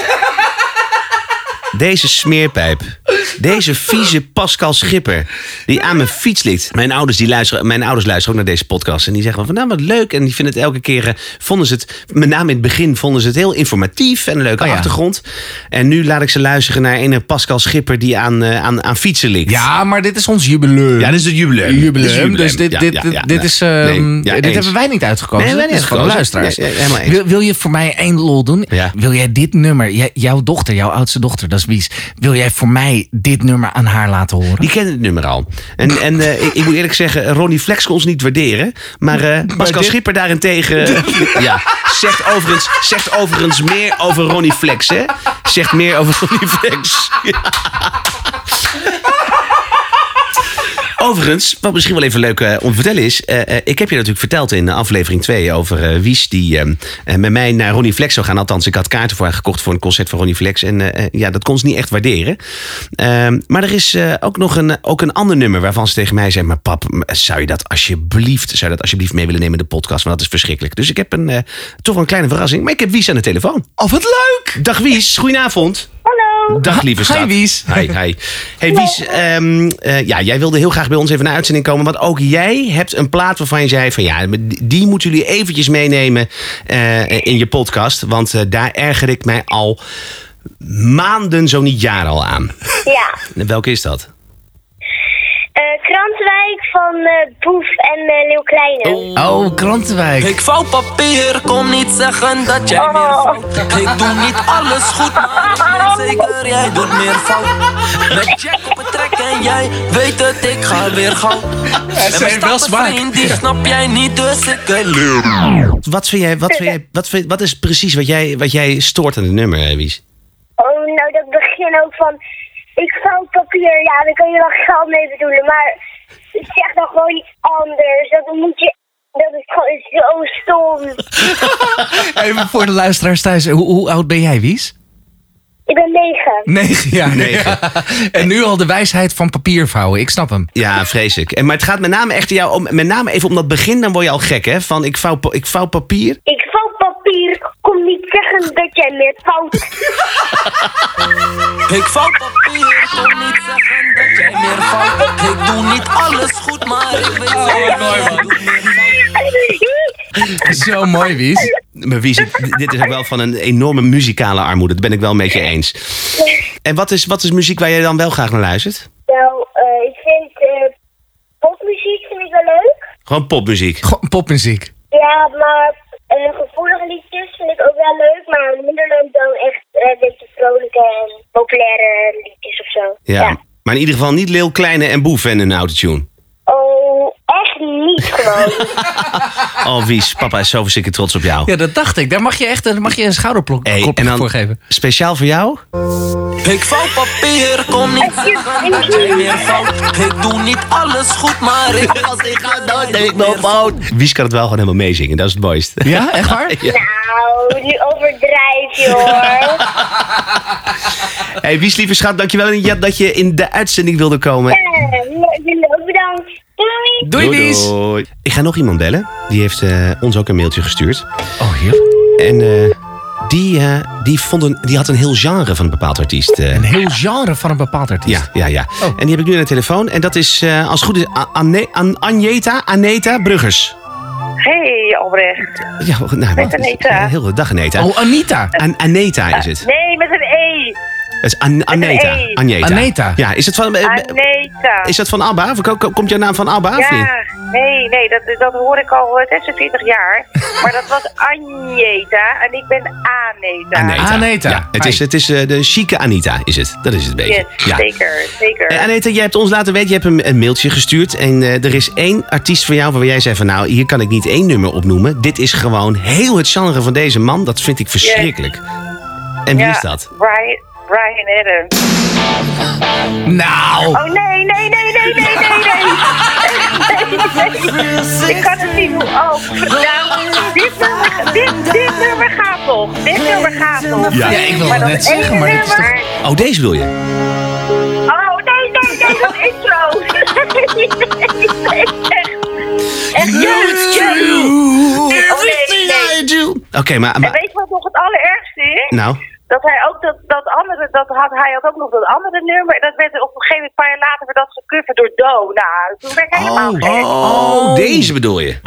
[SPEAKER 1] Deze smeerpijp. Deze vieze Pascal Schipper. Die aan mijn fiets ligt. Mijn ouders, die luisteren, mijn ouders luisteren ook naar deze podcast. En die zeggen van, nou wat leuk. En die vinden het elke keer, uh, vonden ze het, met name in het begin, vonden ze het heel informatief. En een leuke
[SPEAKER 2] oh, ja.
[SPEAKER 1] achtergrond. En nu laat ik ze luisteren naar een Pascal Schipper die aan, uh, aan, aan fietsen ligt.
[SPEAKER 2] Ja, maar dit is ons jubileum.
[SPEAKER 1] Ja, dit is het jubileum.
[SPEAKER 2] Jubileum.
[SPEAKER 1] Dit is het jubileum.
[SPEAKER 2] Dus dit,
[SPEAKER 1] Ja,
[SPEAKER 2] dit,
[SPEAKER 1] ja,
[SPEAKER 2] dit,
[SPEAKER 1] ja,
[SPEAKER 2] dit
[SPEAKER 1] nee.
[SPEAKER 2] is... Uh,
[SPEAKER 1] Nee, ja,
[SPEAKER 2] dit
[SPEAKER 1] eens.
[SPEAKER 2] hebben wij niet uitgekozen.
[SPEAKER 1] Nee, wij
[SPEAKER 2] dit
[SPEAKER 1] niet
[SPEAKER 2] is voor de
[SPEAKER 1] uitgekozen.
[SPEAKER 2] luisteraars.
[SPEAKER 1] Nee, helemaal eens.
[SPEAKER 2] wil, wil je voor mij één lol doen?
[SPEAKER 1] Ja.
[SPEAKER 2] Wil jij dit nummer, jij, jouw dochter, jouw oudste dochter, dat is Wies. Wil jij voor mij dit nummer aan haar laten horen?
[SPEAKER 1] Die kennen het nummer al. En, en uh, ik, ik moet eerlijk zeggen, Ronnie Flex kon ons niet waarderen. Maar uh, Pascal
[SPEAKER 2] dit-
[SPEAKER 1] Schipper daarentegen... Uh, ja, zegt overigens, zegt overigens meer over Ronnie Flex, hè? Zegt meer over Ronnie Flex. Ja. Overigens, wat misschien wel even leuk uh, om te vertellen is... Uh, uh, ik heb je natuurlijk verteld in aflevering twee over uh, Wies... die uh, uh, met mij naar Ronnie Flex zou gaan. Althans, ik had kaarten voor haar gekocht voor een concert van Ronnie Flex. En uh, uh, ja, dat kon ze niet echt waarderen. Uh, maar er is uh, ook nog een, ook een ander nummer waarvan ze tegen mij zei... maar pap, zou je dat alsjeblieft, zou je dat alsjeblieft mee willen nemen in de podcast? Want dat is verschrikkelijk. Dus ik heb een, uh, toch wel een kleine verrassing. Maar ik heb Wies aan de telefoon.
[SPEAKER 2] Oh, wat leuk!
[SPEAKER 1] Dag Wies, goedenavond.
[SPEAKER 8] Hallo.
[SPEAKER 1] Dag lieve schat.
[SPEAKER 2] Hi, Wies.
[SPEAKER 1] Hi, hi. Hey Wies, um, uh, ja, jij wilde heel graag bij ons even naar uitzending komen. Want ook jij hebt een plaat waarvan je zei van ja, die moeten jullie eventjes meenemen uh, in je podcast. Want uh, daar erger ik mij al maanden, zo niet jaren al aan.
[SPEAKER 8] Ja.
[SPEAKER 1] Welke is dat?
[SPEAKER 8] Uh, Krantwijk van uh, Boef en uh, Leeuw Kleine.
[SPEAKER 2] Oh, Krantenwijk.
[SPEAKER 3] Ik vouw papier, kom niet zeggen dat jij meer fout. Ik doe niet alles goed, maar ik weet zeker jij doet meer fout. Met Jack op het trek en jij weet het, ik ga weer gauw.
[SPEAKER 2] ze heeft wel smaak.
[SPEAKER 3] Vriend, die snap jij niet, dus ik leer.
[SPEAKER 1] Wat vind jij, wat, vind jij, wat, vind, wat is precies wat jij, wat jij stoort aan het nummer, hè, Wies?
[SPEAKER 8] Oh, nou dat begin ook van... Ik vouw papier, ja, daar kan je wel geld mee bedoelen, maar... Zeg dan gewoon iets anders, dat moet je... Dat is gewoon zo stom.
[SPEAKER 2] Even voor de luisteraars thuis. Hoe, hoe oud ben jij, Wies?
[SPEAKER 8] Ik ben negen.
[SPEAKER 2] Negen jaar.
[SPEAKER 1] Negen.
[SPEAKER 2] Ja. En nu al de wijsheid van papier vouwen. Ik snap hem.
[SPEAKER 1] Ja, vreselijk. En, maar het gaat met name echt jou om, met name even om dat begin, dan word je al gek, hè? Van ik vouw, pa- ik vouw papier.
[SPEAKER 8] Ik vouw papier, kom niet zeggen dat jij meer fout.
[SPEAKER 3] Ik vouw papier, kom niet zeggen dat jij meer fout. Ik doe niet alles goed, maar ik weet zeker jij doet meer fout.
[SPEAKER 2] Zo mooi, Wies.
[SPEAKER 1] Maar Wies, ik- dit is ook wel van een enorme muzikale armoede. Dat ben ik wel met je eens. En wat is, wat is muziek waar je dan wel graag naar luistert?
[SPEAKER 8] Nou, uh, ik vind uh, popmuziek vind ik wel leuk.
[SPEAKER 1] Gewoon popmuziek.
[SPEAKER 2] Gewoon popmuziek.
[SPEAKER 8] Ja, maar uh, gevoelige liedjes vind ik ook wel leuk, maar minder leuk dan echt uh, een beetje vrolijke en populaire liedjes of zo.
[SPEAKER 1] Ja. Maar in ieder geval niet Leeuw Kleine en Boef en een autotune.
[SPEAKER 8] Oh, echt niet gewoon.
[SPEAKER 1] Oh Wies, papa is zo verschrikkelijk trots op jou.
[SPEAKER 2] Ja, dat dacht ik. Daar mag je echt daar mag je een schouderklopje
[SPEAKER 1] Hey, en dan
[SPEAKER 2] voor geven.
[SPEAKER 1] speciaal voor jou?
[SPEAKER 3] Ik vouw papier, kom niet zeggen dat jij meer fout. Ik doe niet alles goed, maar ik als ik ga nooit ik meer fout.
[SPEAKER 1] Wies kan het wel gewoon helemaal meezingen, dat is het mooiste.
[SPEAKER 2] Ja, echt waar?
[SPEAKER 1] Ja.
[SPEAKER 8] Nou, nu overdrijf je hoor.
[SPEAKER 1] Hey Wies, lieve schat, dankjewel ja, dat je in de uitzending wilde komen.
[SPEAKER 8] Uh, jullie ook bedankt. Doei.
[SPEAKER 2] Doei, Wies.
[SPEAKER 1] doei. Ik ga nog iemand bellen. Die heeft uh, ons ook een mailtje gestuurd.
[SPEAKER 2] Oh, heerlijk.
[SPEAKER 1] En uh, die, uh, die, vond een, die had een heel genre van een bepaald artiest. Uh.
[SPEAKER 2] Een heel genre van een bepaald artiest.
[SPEAKER 1] Ja, ja, ja.
[SPEAKER 2] Oh.
[SPEAKER 1] En die heb ik nu aan de telefoon. En dat is, uh, als het goed is, A- Ane- An- Anjeta, Aneta Bruggers.
[SPEAKER 9] Hey,
[SPEAKER 8] Albrecht.
[SPEAKER 1] Ja, nou,
[SPEAKER 8] Met Aneta.
[SPEAKER 1] Heel de dag Aneta.
[SPEAKER 2] Oh, Anita.
[SPEAKER 1] An Aneta is het.
[SPEAKER 8] Nee, met een E.
[SPEAKER 1] Dat is An Aneta.
[SPEAKER 8] een E.
[SPEAKER 1] Aneta.
[SPEAKER 2] Aneta.
[SPEAKER 1] Ja, is het van... eh,
[SPEAKER 8] Aneta.
[SPEAKER 1] Is dat van ABBA? Of ko- ko- Komt jouw naam van ABBA of niet?
[SPEAKER 8] Ja, nee, nee, dat, dat hoor ik al zesenveertig jaar. Maar dat was Anjeta en ik ben Aneta.
[SPEAKER 1] Aneta.
[SPEAKER 2] Aneta.
[SPEAKER 1] Ja, het
[SPEAKER 2] Hi.
[SPEAKER 1] is, het is eh, de chique Anita, is het. Dat is het een beetje.
[SPEAKER 8] Yes,
[SPEAKER 1] Ja.
[SPEAKER 8] zeker, zeker.
[SPEAKER 1] Eh, Aneta, jij hebt ons laten weten, je hebt een, een mailtje gestuurd. En eh, er is één artiest van jou waar jij zei van... nou, hier kan ik niet één nummer opnoemen. Dit is gewoon heel het genre van deze man. Dat vind ik verschrikkelijk. En wie
[SPEAKER 8] Ja,
[SPEAKER 1] is dat?
[SPEAKER 8] Brian, Brian Adams.
[SPEAKER 2] Nou.
[SPEAKER 8] Oh nee, nee, nee, nee, nee, nee, nee. nee. Ik kan het niet doen. Oh, nou, dit nummer, dit, dit nummer gaat toch. Dit nummer gaat toch.
[SPEAKER 1] Ja.
[SPEAKER 2] Ja, ik wil
[SPEAKER 8] Maar
[SPEAKER 2] het
[SPEAKER 8] dat
[SPEAKER 2] net zeggen,
[SPEAKER 8] ene
[SPEAKER 2] maar dit is toch...
[SPEAKER 8] nummer...
[SPEAKER 1] Oh, deze wil je?
[SPEAKER 8] Oh, nee, nee, nee, dat intro. nee, nee, echt. Echt,
[SPEAKER 2] true.
[SPEAKER 8] Everything I
[SPEAKER 2] do.
[SPEAKER 1] Oké, maar...
[SPEAKER 8] En
[SPEAKER 1] maar
[SPEAKER 8] weet je wat nog het allerergste is?
[SPEAKER 1] nou,
[SPEAKER 8] Dat hij ook dat, dat andere, dat had, hij had ook nog dat andere nummer. En dat werd op een gegeven moment, een paar jaar later, werd dat gecoverd door Do. Nou, toen werd ik helemaal
[SPEAKER 1] oh,
[SPEAKER 8] gek.
[SPEAKER 1] oh, deze bedoel je?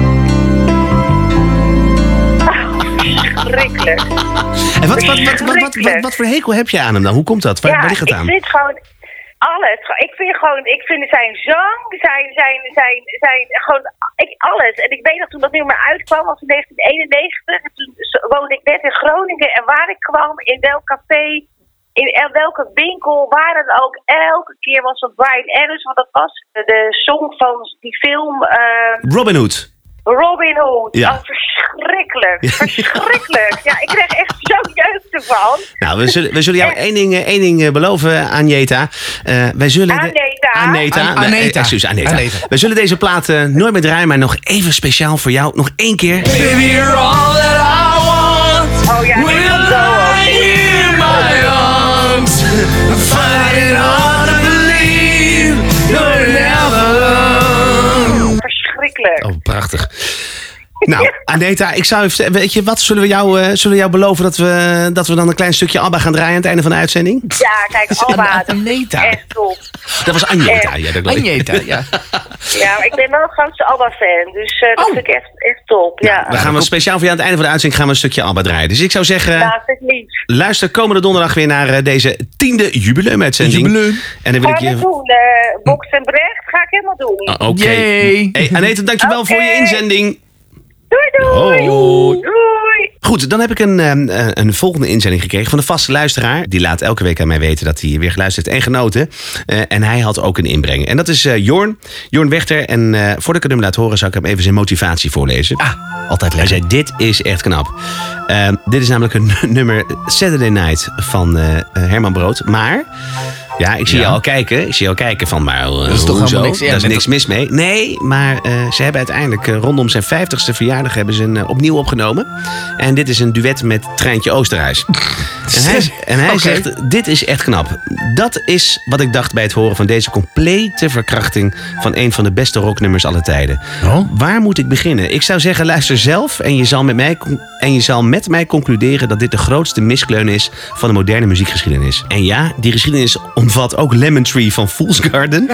[SPEAKER 8] Verschrikkelijk.
[SPEAKER 1] En wat, wat, wat, wat, wat, wat, wat voor hekel heb je aan hem dan? Hoe komt dat? Waar,
[SPEAKER 8] Ja,
[SPEAKER 1] waar ligt het aan?
[SPEAKER 8] ik vind gewoon alles. Ik vind gewoon, ik vind zijn zang, zijn, zijn, zijn, zijn, gewoon, ik, alles. En ik weet nog toen dat nummer uitkwam, was in negentien eenennegentig. En toen woonde ik net in Groningen. En waar ik kwam, in welk café, in welke winkel, waar dan ook, elke keer was dat Brian Adams. Want dat was de song van die film... Uh,
[SPEAKER 1] Robin Hood.
[SPEAKER 8] Robin Hood.
[SPEAKER 1] Ja.
[SPEAKER 8] Oh, verschrikkelijk. Verschrikkelijk. Ja, ik kreeg echt zo'n jeugd ervan.
[SPEAKER 1] Nou, we zullen, we zullen jou één ding, eh, één ding eh, beloven, Anjeta. Uh, wij zullen de-
[SPEAKER 8] Aneta.
[SPEAKER 1] Aneta.
[SPEAKER 2] An-
[SPEAKER 1] Nee,
[SPEAKER 2] Aneta.
[SPEAKER 1] excuus, Aneta.
[SPEAKER 2] Aneta.
[SPEAKER 1] We zullen deze plaat eh, nooit meer draaien, maar nog even speciaal voor jou. Nog één keer.
[SPEAKER 3] Baby, you're all that I want.
[SPEAKER 8] Oh ja, dit
[SPEAKER 3] Will
[SPEAKER 8] is zo.
[SPEAKER 3] lie in my arms, fighting hard to believe you're never alone.
[SPEAKER 8] Verschrikkelijk.
[SPEAKER 1] Oh, prachtig. Nou, Aneta, ik zou even, weet je wat, zullen we jou, uh, zullen we jou beloven dat we, dat we dan een klein stukje ABBA gaan draaien aan het einde van de uitzending?
[SPEAKER 8] Ja, kijk, Alba, dat is
[SPEAKER 2] Aneta.
[SPEAKER 8] echt top.
[SPEAKER 1] Dat was Anjeta. Ja, dat
[SPEAKER 2] Anjeta, ja.
[SPEAKER 8] Ja, maar ik ben wel een grootste Alba-fan, dus uh, dat
[SPEAKER 2] Oh.
[SPEAKER 8] vind ik echt, echt top. Ja,
[SPEAKER 1] We gaan we speciaal voor jou aan het einde van de uitzending gaan we een stukje ABBA draaien. Dus ik zou zeggen,
[SPEAKER 8] nou, vind ik lief.
[SPEAKER 1] luister komende donderdag weer naar uh, deze tiende jubileumuitzending.
[SPEAKER 2] Jubileum.
[SPEAKER 1] En dan wil ik
[SPEAKER 8] Ga ik
[SPEAKER 1] je...
[SPEAKER 8] doen. Uh, Box en Brecht ga ik helemaal doen.
[SPEAKER 1] Oh, Oké.
[SPEAKER 2] Yay.
[SPEAKER 1] Hey, Aneta, dankjewel
[SPEAKER 8] Oké.
[SPEAKER 1] voor je inzending.
[SPEAKER 8] Doei, doei.
[SPEAKER 1] Hoi.
[SPEAKER 8] Doei.
[SPEAKER 1] Goed, dan heb ik een, um, uh, een volgende inzending gekregen van een vaste luisteraar. Die laat elke week aan mij weten dat hij weer geluisterd heeft en genoten. Uh, en hij had ook een inbreng. En dat is uh, Jorn. Jorn Wechter. En uh, voordat ik het hem laat horen, zou ik hem even zijn motivatie voorlezen.
[SPEAKER 2] Ah, altijd
[SPEAKER 1] Hij
[SPEAKER 2] leuk.
[SPEAKER 1] zei, dit is echt knap. Uh, dit is namelijk een nummer Saturday Night van uh, Herman Brood. Maar... Ja, ik zie
[SPEAKER 2] Ja.
[SPEAKER 1] je al kijken. Ik zie je al kijken van, maar uh,
[SPEAKER 2] is toch
[SPEAKER 1] hoezo?
[SPEAKER 2] helemaal niks- ja,
[SPEAKER 1] Daar is
[SPEAKER 2] met
[SPEAKER 1] niks mis mee. Nee, maar uh, ze hebben uiteindelijk uh, rondom zijn vijftigste verjaardag hebben ze een uh, opnieuw opgenomen. En dit is een duet met Treintje Oosterhuis. en hij, en hij
[SPEAKER 2] Oké.
[SPEAKER 1] zegt, dit is echt knap. Dat is wat ik dacht bij het horen van deze complete verkrachting van een van de beste rocknummers aller tijden.
[SPEAKER 2] Oh?
[SPEAKER 1] Waar moet ik beginnen? Ik zou zeggen, luister zelf en je zal met mij, con- en je zal met mij concluderen dat dit de grootste miskleun is van de moderne muziekgeschiedenis. En ja, die geschiedenis omvat ook Lemon Tree van Fool's Garden.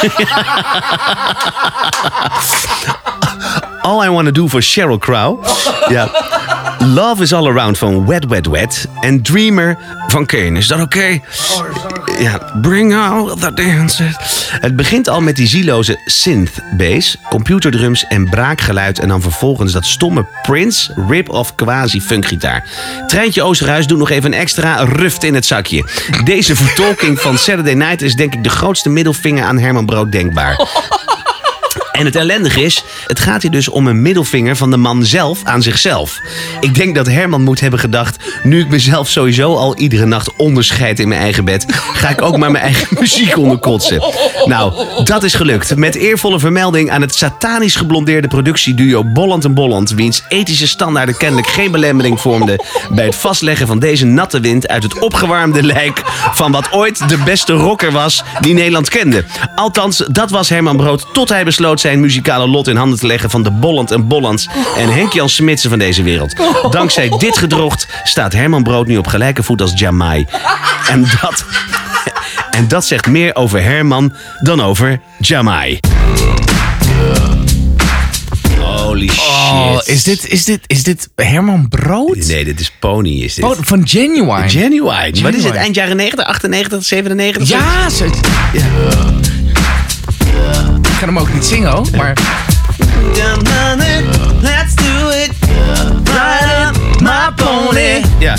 [SPEAKER 1] All I Wanna Do for Sheryl Crow. Ja. Love is All Around van Wet Wet Wet. En Dreamer van Kane. Is dat oké? Ja, bring out the dancers. Het begint al met die zieloze synth-bass, computerdrums en braakgeluid. En dan vervolgens dat stomme Prince rip-off quasi-funkgitaar. Treintje Oosterhuis doet nog even een extra ruft in het zakje. Deze vertolking van Saturday Night is denk ik de grootste middelvinger aan Herman Brood denkbaar. En het ellendige is, het gaat hier dus om een middelvinger van de man zelf aan zichzelf. Ik denk dat Herman moet hebben gedacht, nu ik mezelf sowieso al iedere nacht onderscheid in mijn eigen bed, ga ik ook maar mijn eigen muziek onderkotsen. Nou, dat is gelukt. Met eervolle vermelding aan het satanisch geblondeerde productieduo Bolland en Bolland, wiens ethische standaarden kennelijk geen belemmering vormden bij het vastleggen van deze natte wind uit het opgewarmde lijk van wat ooit de beste rocker was die Nederland kende. Althans, dat was Herman Brood tot hij besloot zijn muzikale lot in handen te leggen van de Bolland en Bollands en Henk-Jan Smitsen van deze wereld. Dankzij dit gedrocht staat Herman Brood nu op gelijke voet als Jamai. En dat, en dat zegt meer over Herman dan over Jamai. Oh, Holy shit.
[SPEAKER 2] Oh, is dit, is dit, is dit Herman Brood?
[SPEAKER 1] Nee, dit is Pony. Is dit.
[SPEAKER 2] Oh, van Genuine.
[SPEAKER 1] Genuine. Wat is het?
[SPEAKER 2] Genuine.
[SPEAKER 1] Eind jaren negentig, achtennegentig, zevenennegentig?
[SPEAKER 2] Ja, ze,
[SPEAKER 1] Ja.
[SPEAKER 2] ik kan hem ook niet zingen, hoor, maar...
[SPEAKER 1] Let's do it. Ride up my pony. Ja.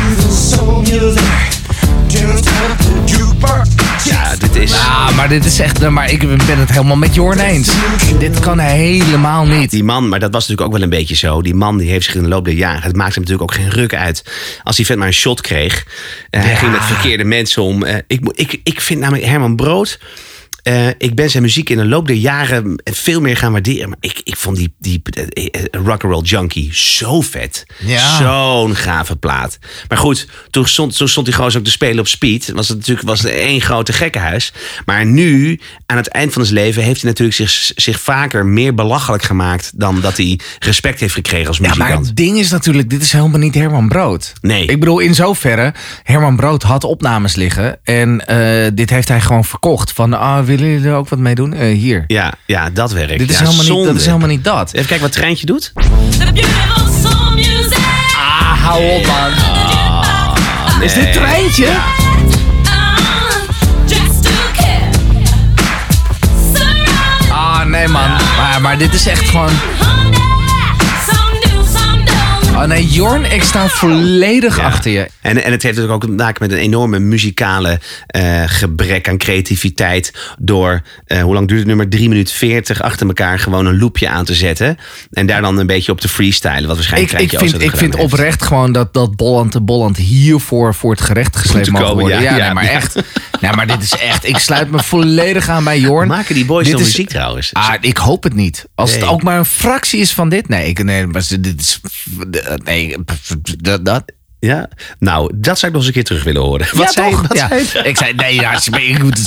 [SPEAKER 1] Ja, dit is...
[SPEAKER 2] Ja, maar dit is echt... Maar ik ben het helemaal met Jorn eens. Dit kan helemaal niet.
[SPEAKER 1] Die man, maar dat was natuurlijk ook wel een beetje zo. Die man die heeft zich in de loop der jaren... Het maakt hem natuurlijk ook geen ruk uit. Als die vent maar een shot kreeg. Uh, hij
[SPEAKER 2] Ja.
[SPEAKER 1] ging met verkeerde mensen om. Uh, ik, moet- ik, ik vind namelijk Herman Brood... Uh, ik ben zijn muziek in de loop der jaren veel meer gaan waarderen. Maar ik, ik vond die, die uh, Rock'n'Roll Junkie zo vet.
[SPEAKER 2] Ja.
[SPEAKER 1] Zo'n gave plaat. Maar goed, toen stond, toen stond hij gewoon ook te spelen op speed. Was het natuurlijk was het één grote gekkenhuis. Maar nu, aan het eind van zijn leven... heeft hij natuurlijk zich, zich vaker meer belachelijk gemaakt... dan dat hij respect heeft gekregen als
[SPEAKER 2] Ja,
[SPEAKER 1] muzikant.
[SPEAKER 2] maar het ding is natuurlijk... Dit is helemaal niet Herman Brood.
[SPEAKER 1] Nee.
[SPEAKER 2] Ik bedoel, in zoverre... Herman Brood had opnames liggen. En uh, dit heeft hij gewoon verkocht. Van, ah, willen jullie er ook wat mee doen? Uh, hier.
[SPEAKER 1] Ja, ja, dat werkt.
[SPEAKER 2] Dit is,
[SPEAKER 1] ja,
[SPEAKER 2] helemaal niet,
[SPEAKER 1] zonde.
[SPEAKER 2] dat is helemaal niet dat.
[SPEAKER 1] Even kijken wat Treintje doet.
[SPEAKER 2] Ah, hou op, man. Is dit Treintje? Ah, nee, man. Maar, maar dit is echt gewoon... Oh nee, Jorn, ik sta volledig
[SPEAKER 1] Ja.
[SPEAKER 2] achter je.
[SPEAKER 1] En, en het heeft natuurlijk ook te maken met een enorme muzikale uh, gebrek aan creativiteit. Door, uh, hoe lang duurt het nummer? drie minuten veertig achter elkaar gewoon een loopje aan te zetten. En daar dan een beetje op te freestylen. Wat waarschijnlijk
[SPEAKER 2] Ik, ik
[SPEAKER 1] Treintje
[SPEAKER 2] vind,
[SPEAKER 1] ook
[SPEAKER 2] ik
[SPEAKER 1] gedaan
[SPEAKER 2] vind
[SPEAKER 1] heeft.
[SPEAKER 2] oprecht gewoon dat, dat Bolland de Bolland hiervoor voor het gerecht gesleept
[SPEAKER 1] Moeten
[SPEAKER 2] mag
[SPEAKER 1] komen,
[SPEAKER 2] worden.
[SPEAKER 1] ja,
[SPEAKER 2] Ja,
[SPEAKER 1] ja,
[SPEAKER 2] nee, maar
[SPEAKER 1] ja.
[SPEAKER 2] echt. Nee, maar dit is echt... Ik sluit me volledig aan bij Jorn.
[SPEAKER 1] Maken die boys
[SPEAKER 2] Dit
[SPEAKER 1] nog
[SPEAKER 2] is-
[SPEAKER 1] muziek trouwens?
[SPEAKER 2] Ah, ik hoop het niet. Als het
[SPEAKER 1] Nee.
[SPEAKER 2] ook maar een fractie is van dit. Nee, ik, nee maar dit is... Nee, dat... dat
[SPEAKER 1] Ja? Nou, dat zou ik nog eens een keer terug willen horen. Wat
[SPEAKER 2] ja,
[SPEAKER 1] zei
[SPEAKER 2] toch?
[SPEAKER 1] je? Wat
[SPEAKER 2] Ja.
[SPEAKER 1] zei je?
[SPEAKER 2] Ik zei, nee, ja, ik moet...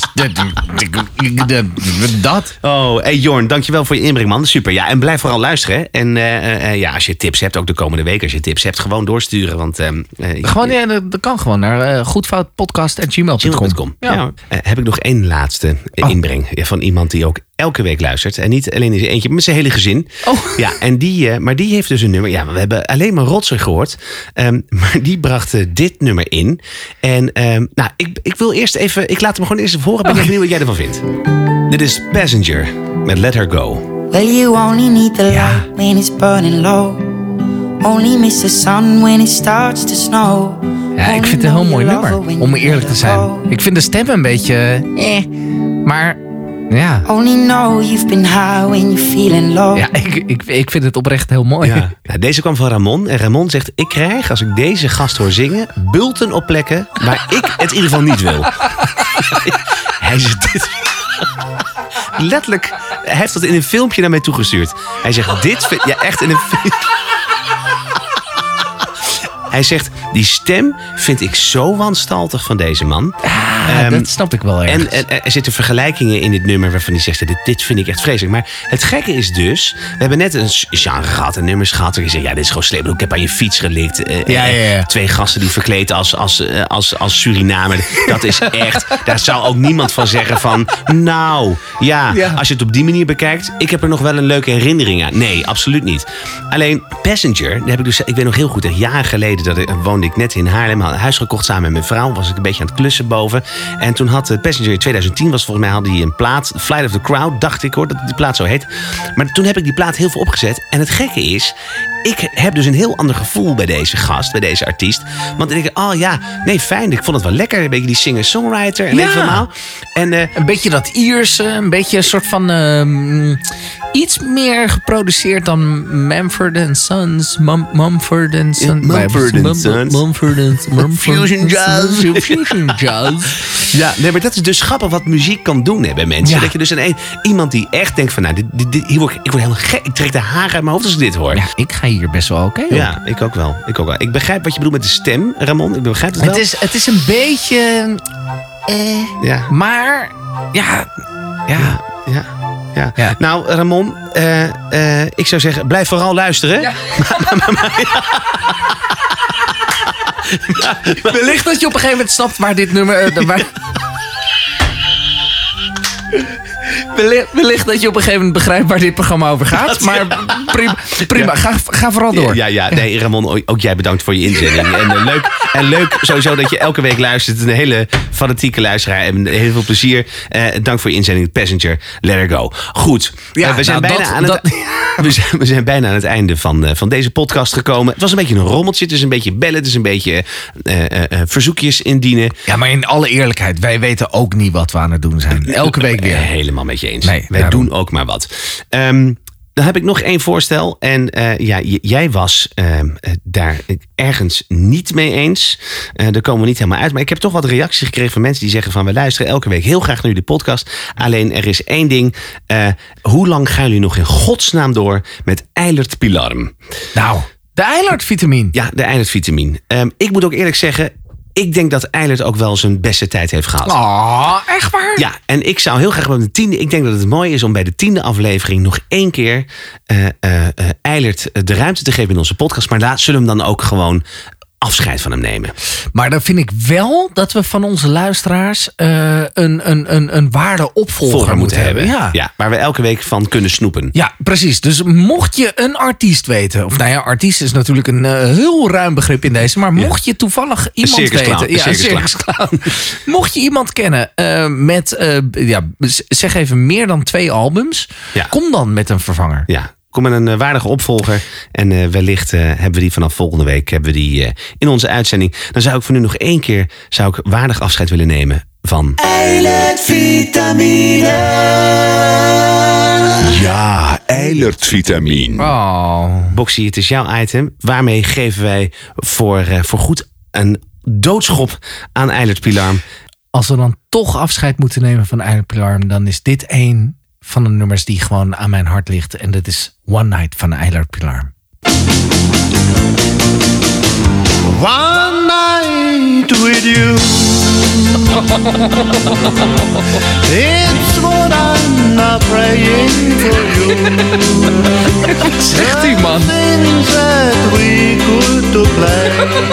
[SPEAKER 2] Dat...
[SPEAKER 1] Oh, hey Jorn, dankjewel voor je inbreng, man. Super. Ja, en blijf vooral luisteren. Hè. En uh, uh, ja, als je tips hebt, ook de komende week, als je tips hebt, gewoon doorsturen. Want, uh, uh,
[SPEAKER 2] Gewoon, ja, dat, dat kan gewoon naar uh, goedfoutpodcast at gmail dot com.
[SPEAKER 1] gmail punt com. Ja. Ja. Uh, heb ik nog één laatste uh,
[SPEAKER 2] Oh.
[SPEAKER 1] inbreng van iemand die ook elke week luistert. En niet alleen in zijn eentje, maar met zijn hele gezin.
[SPEAKER 2] Oh.
[SPEAKER 1] Ja, en die, uh, maar die heeft dus een nummer. Ja, we hebben alleen maar rotzooi gehoord. Um, maar die bracht uh, dit nummer in. En um, nou, ik, ik wil eerst even, ik laat hem gewoon eerst even horen. Ben ik
[SPEAKER 2] Okay.
[SPEAKER 1] benieuwd wat jij ervan vindt. Dit is Passenger met Let Her Go.
[SPEAKER 9] Well, you only need the light
[SPEAKER 2] Ja.
[SPEAKER 9] when it's burning low. Only miss the sun when it starts to snow.
[SPEAKER 2] Ja, ik vind het een heel mooi nummer, om eerlijk te zijn. Ik vind de stem een beetje... Eh, maar ja,
[SPEAKER 9] Only know you've been high when you're feeling low.
[SPEAKER 2] ja ik, ik, ik vind het oprecht heel mooi.
[SPEAKER 1] Ja. Nou, deze kwam van Ramon. En Ramon zegt, ik krijg, als ik deze gast hoor zingen, bulten op plekken waar ik het in ieder geval niet wil. Hij zegt dit... Letterlijk, hij heeft dat in een filmpje naar mij toegestuurd. Hij zegt, dit vind... Ja, echt in een film... Hij zegt, die stem vind ik zo wanstaltig van deze man.
[SPEAKER 2] Ah,
[SPEAKER 1] Ehm,
[SPEAKER 2] dat snap ik wel erg.
[SPEAKER 1] En, en er zitten vergelijkingen in dit nummer waarvan hij zegt, dit, dit vind ik echt vreselijk. Maar het gekke is dus, we hebben net een genre gehad, een nummers gehad. Waar je zegt, ja, dit is gewoon slecht. Ik heb aan je fiets gelikt. Eh,
[SPEAKER 2] Ja,
[SPEAKER 1] eh,
[SPEAKER 2] ja, ja.
[SPEAKER 1] Twee gasten die verkleed als, als, eh, als, als Surinamer. Dat is echt, daar zou ook niemand van zeggen van, nou, ja,
[SPEAKER 2] Ja.
[SPEAKER 1] als je het op die manier bekijkt, ik heb er nog wel een leuke herinnering aan. Nee, absoluut niet. Alleen Passenger, daar heb ik dus, ik weet nog heel goed, een jaar geleden dat ik, woonde ik net in Haarlem, had een huis gekocht samen met mijn vrouw, was ik een beetje aan het klussen boven. En toen had uh, Passenger in twintig tien, was volgens mij had hij een plaat, Flight of the Crowd, dacht ik hoor, dat die plaat zo heet. Maar toen heb ik die plaat heel veel opgezet. En het gekke is, ik heb dus een heel ander gevoel bij deze gast, bij deze artiest. Want ik denk, oh ja, nee, fijn, ik vond het wel lekker. Een beetje die singer-songwriter en
[SPEAKER 2] Ja.
[SPEAKER 1] weet je allemaal. En uh,
[SPEAKER 2] Een beetje dat Ierse, een beetje een soort van... Uh, iets meer geproduceerd dan Mumford and Sons. Mum, Mumford and Sons.
[SPEAKER 1] Ja, Mumford and
[SPEAKER 2] Mum-
[SPEAKER 1] Sons.
[SPEAKER 2] Mumford and Mumford
[SPEAKER 1] Fusion
[SPEAKER 2] and
[SPEAKER 1] jazz.
[SPEAKER 2] Sons. Fusion jazz.
[SPEAKER 1] ja, nee, maar dat is dus grappig wat muziek kan doen hè, bij mensen.
[SPEAKER 2] Ja.
[SPEAKER 1] Dat je dus een, iemand die echt denkt van, nou, dit, dit, dit- hier word ik, ik word helemaal gek. Ik trek de haren uit mijn hoofd als ik dit hoor.
[SPEAKER 2] Ja, ik ga hier best wel oké op.
[SPEAKER 1] Ja, ik ook wel. Ik ook wel. Ik begrijp wat je bedoelt met de stem, Ramon. Ik begrijp het wel.
[SPEAKER 2] Het is, het is een beetje... Eh,
[SPEAKER 1] Ja.
[SPEAKER 2] maar... Ja... Ja...
[SPEAKER 1] Ja, ja.
[SPEAKER 2] Ja.
[SPEAKER 1] Nou, Ramon, eh, eh, ik zou zeggen, blijf vooral luisteren.
[SPEAKER 2] Ja. Wellicht dat je op een gegeven moment snapt waar dit nummer... eh, waar... Wellicht, wellicht dat je op een gegeven moment begrijpt waar dit programma over gaat. Maar prima, prima.
[SPEAKER 1] Ja.
[SPEAKER 2] Ga, ga vooral door.
[SPEAKER 1] Ja, ja, nee, Ramon, ook jij bedankt voor je inzending. En, uh, leuk, en leuk sowieso dat je elke week luistert. Een hele fanatieke luisteraar en heel veel plezier. Uh, dank voor je inzending. Passenger, let her go. Goed,
[SPEAKER 2] Ja,
[SPEAKER 1] uh, we, zijn
[SPEAKER 2] nou,
[SPEAKER 1] bijna
[SPEAKER 2] dat-
[SPEAKER 1] aan het,
[SPEAKER 2] dat-
[SPEAKER 1] we, zijn, we zijn bijna aan het einde van, uh, van deze podcast gekomen. Het was een beetje een rommeltje. Het is een beetje bellen. Het is een beetje uh, uh, uh, verzoekjes indienen.
[SPEAKER 2] Ja, maar in alle eerlijkheid, wij weten ook niet wat we aan het doen zijn. Elke week weer.
[SPEAKER 1] Uh, helemaal met je eens.
[SPEAKER 2] Nee,
[SPEAKER 1] Wij
[SPEAKER 2] daarom.
[SPEAKER 1] doen ook maar wat. Um, dan heb ik nog één voorstel. En uh, ja, j- jij was uh, daar ergens niet mee eens. Uh, daar komen we niet helemaal uit. Maar ik heb toch wat reacties gekregen van mensen die zeggen van... we luisteren elke week heel graag naar jullie podcast. Alleen er is één ding. Uh, hoe lang gaan jullie nog in godsnaam door met Eilert Pilarm?
[SPEAKER 2] Nou, de Eilert-vitamine.
[SPEAKER 1] Ja, de Eilert-vitamine. Um, ik moet ook eerlijk zeggen... ik denk dat Eilert ook wel zijn beste tijd heeft gehad.
[SPEAKER 2] Oh, echt waar?
[SPEAKER 1] Ja, en ik zou heel graag bij de tiende... ik denk dat het mooi is om bij de tiende aflevering... nog één keer uh, uh, uh, Eilert de ruimte te geven in onze podcast. Maar daar zullen we hem dan ook gewoon afscheid van hem nemen.
[SPEAKER 2] Maar dan vind ik wel dat we van onze luisteraars... Uh, een, een, een, een waarde opvolger
[SPEAKER 1] Volger
[SPEAKER 2] moeten hebben.
[SPEAKER 1] Ja.
[SPEAKER 2] Ja.
[SPEAKER 1] ja, waar we elke week van kunnen snoepen.
[SPEAKER 2] Ja, precies. Dus mocht je een artiest weten... of nou ja, artiest is natuurlijk een uh, heel ruim begrip in deze... maar mocht je toevallig iemand
[SPEAKER 1] circusclown,
[SPEAKER 2] weten...
[SPEAKER 1] een
[SPEAKER 2] Ja, een
[SPEAKER 1] circusclown.
[SPEAKER 2] circusclown. Mocht je iemand kennen uh, met, uh, ja, zeg even meer dan twee albums...
[SPEAKER 1] Ja.
[SPEAKER 2] kom dan met een vervanger.
[SPEAKER 1] Ja, kom met een uh, waardige opvolger. En uh, wellicht uh, hebben we die vanaf volgende week hebben we die, uh, in onze uitzending. Dan zou ik voor nu nog één keer zou ik waardig afscheid willen nemen van...
[SPEAKER 5] Eilert vitamine.
[SPEAKER 10] Ja, Eilert vitamine.
[SPEAKER 2] Oh.
[SPEAKER 1] Boxy, het is jouw item. Waarmee geven wij voor, uh, voor goed een doodschop aan Eilert Pilarm?
[SPEAKER 2] Als we dan toch afscheid moeten nemen van Eilert Pilarm... dan is dit één van de nummers die gewoon aan mijn hart ligt. En dat is One Night van Eilert Pilarm.
[SPEAKER 11] One night with you. It's what I'm not praying for you.
[SPEAKER 2] Zegt die man.
[SPEAKER 11] Things that we could to play.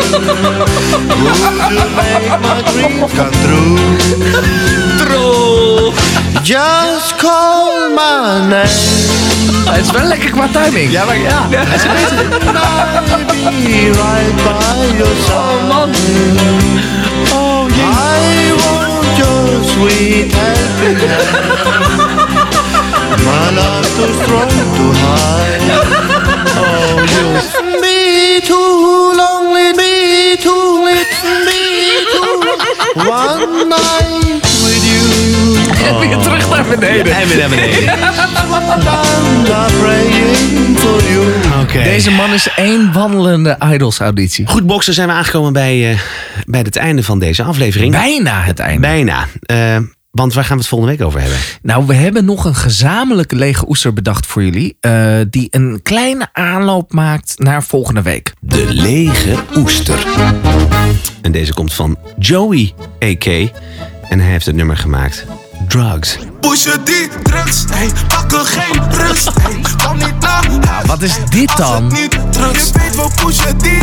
[SPEAKER 11] Would you make my dreams come true?
[SPEAKER 2] True.
[SPEAKER 11] Just call my name.
[SPEAKER 2] Het is wel lekker qua timing.
[SPEAKER 11] Ja, maar ja. ja. I'll be right by your side.
[SPEAKER 2] Oh man.
[SPEAKER 11] Oh yeah. I want your sweet helping hand. My love too strong to hide. Oh, you be too lonely, be too lit, be too one night with you.
[SPEAKER 2] En weer terug naar beneden.
[SPEAKER 1] En weer naar beneden.
[SPEAKER 11] I'm not praying for you.
[SPEAKER 1] Okay.
[SPEAKER 2] Deze man is één wandelende Idols-auditie.
[SPEAKER 1] Goed, Boxer, zijn we aangekomen bij, uh, bij het einde van deze aflevering.
[SPEAKER 2] Bijna het einde.
[SPEAKER 1] Bijna. Uh, want waar gaan we het volgende week over hebben?
[SPEAKER 2] Nou, we hebben nog een gezamenlijke lege oester bedacht voor jullie. Uh, die een kleine aanloop maakt naar volgende week.
[SPEAKER 1] De lege oester. En deze komt van Joey A K. En hij heeft het nummer gemaakt. Drugs.
[SPEAKER 5] Pushen die drugs, hey, pakken geen rust, hey, kom niet na.
[SPEAKER 2] Nou, wat is dit dan?
[SPEAKER 5] Als het niet drugs, je weet we pushen die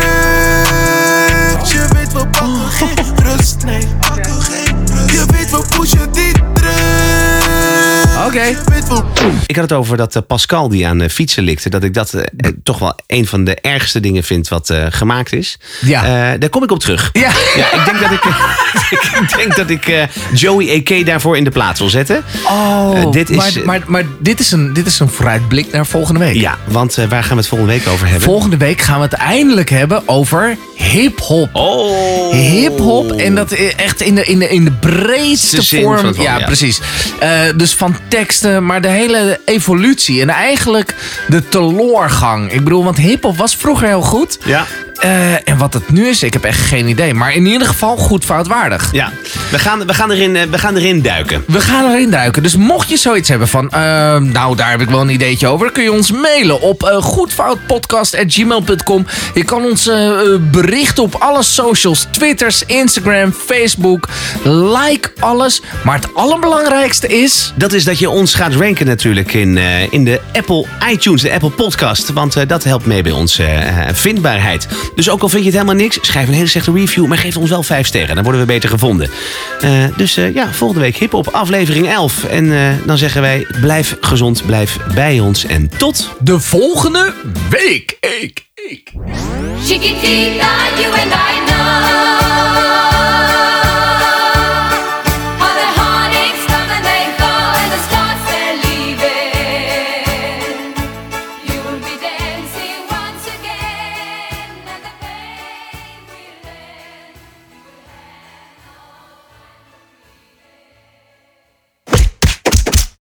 [SPEAKER 5] drugs. Je weet we pakken geen rust, nee, pakken geen rust. Je weet we pushen die drugs.
[SPEAKER 2] Oké. Okay.
[SPEAKER 1] Ik had het over dat uh, Pascal die aan uh, fietsen likte. Dat ik dat uh, uh, toch wel een van de ergste dingen vind wat uh, gemaakt is.
[SPEAKER 2] Ja.
[SPEAKER 1] Uh, daar kom ik op terug.
[SPEAKER 2] Ja.
[SPEAKER 1] Ja, ik denk dat ik, uh, ik, denk dat ik uh, Joey A K daarvoor in de plaats wil zetten.
[SPEAKER 2] Oh,
[SPEAKER 1] uh, dit is,
[SPEAKER 2] maar, maar, maar dit, is een, dit is een vooruitblik naar volgende week.
[SPEAKER 1] Ja, want uh, waar gaan we het volgende week over hebben?
[SPEAKER 2] Volgende week gaan we het eindelijk hebben over hip-hop.
[SPEAKER 1] Oh.
[SPEAKER 2] Hip-hop. En dat echt in de, in de, in de breedste
[SPEAKER 1] de zin
[SPEAKER 2] vorm.
[SPEAKER 1] van, van,
[SPEAKER 2] ja,
[SPEAKER 1] ja, precies.
[SPEAKER 2] Uh, dus van teksten, maar de hele evolutie. En eigenlijk de teloorgang. Ik bedoel, want hip-hop was vroeger heel goed.
[SPEAKER 1] Ja.
[SPEAKER 2] Uh, en wat het nu is, ik heb echt geen idee. Maar in ieder geval goed foutwaardig.
[SPEAKER 1] Ja, we gaan, we gaan, erin, we gaan erin duiken.
[SPEAKER 2] We gaan erin duiken. Dus mocht je zoiets hebben van... Uh, nou, daar heb ik wel een ideetje over. Dan kun je ons mailen op uh, goedfoutpodcast at gmail dot com. Je kan ons uh, berichten op alle socials. Twitters, Instagram, Facebook. Like alles. Maar het allerbelangrijkste is...
[SPEAKER 1] Dat is dat je ons gaat ranken natuurlijk in, uh, in de Apple iTunes, de Apple Podcast. Want uh, dat helpt mee bij onze uh, vindbaarheid. Dus ook al vind je het helemaal niks, schrijf een hele slechte review, maar geef ons wel vijf sterren. Dan worden we beter gevonden. Uh, dus uh, ja, volgende week Hip Hop aflevering elf. En uh, dan zeggen wij, blijf gezond, blijf bij ons en tot
[SPEAKER 2] de volgende week. Ik, ik.
[SPEAKER 7] Chiquitita, you and I know.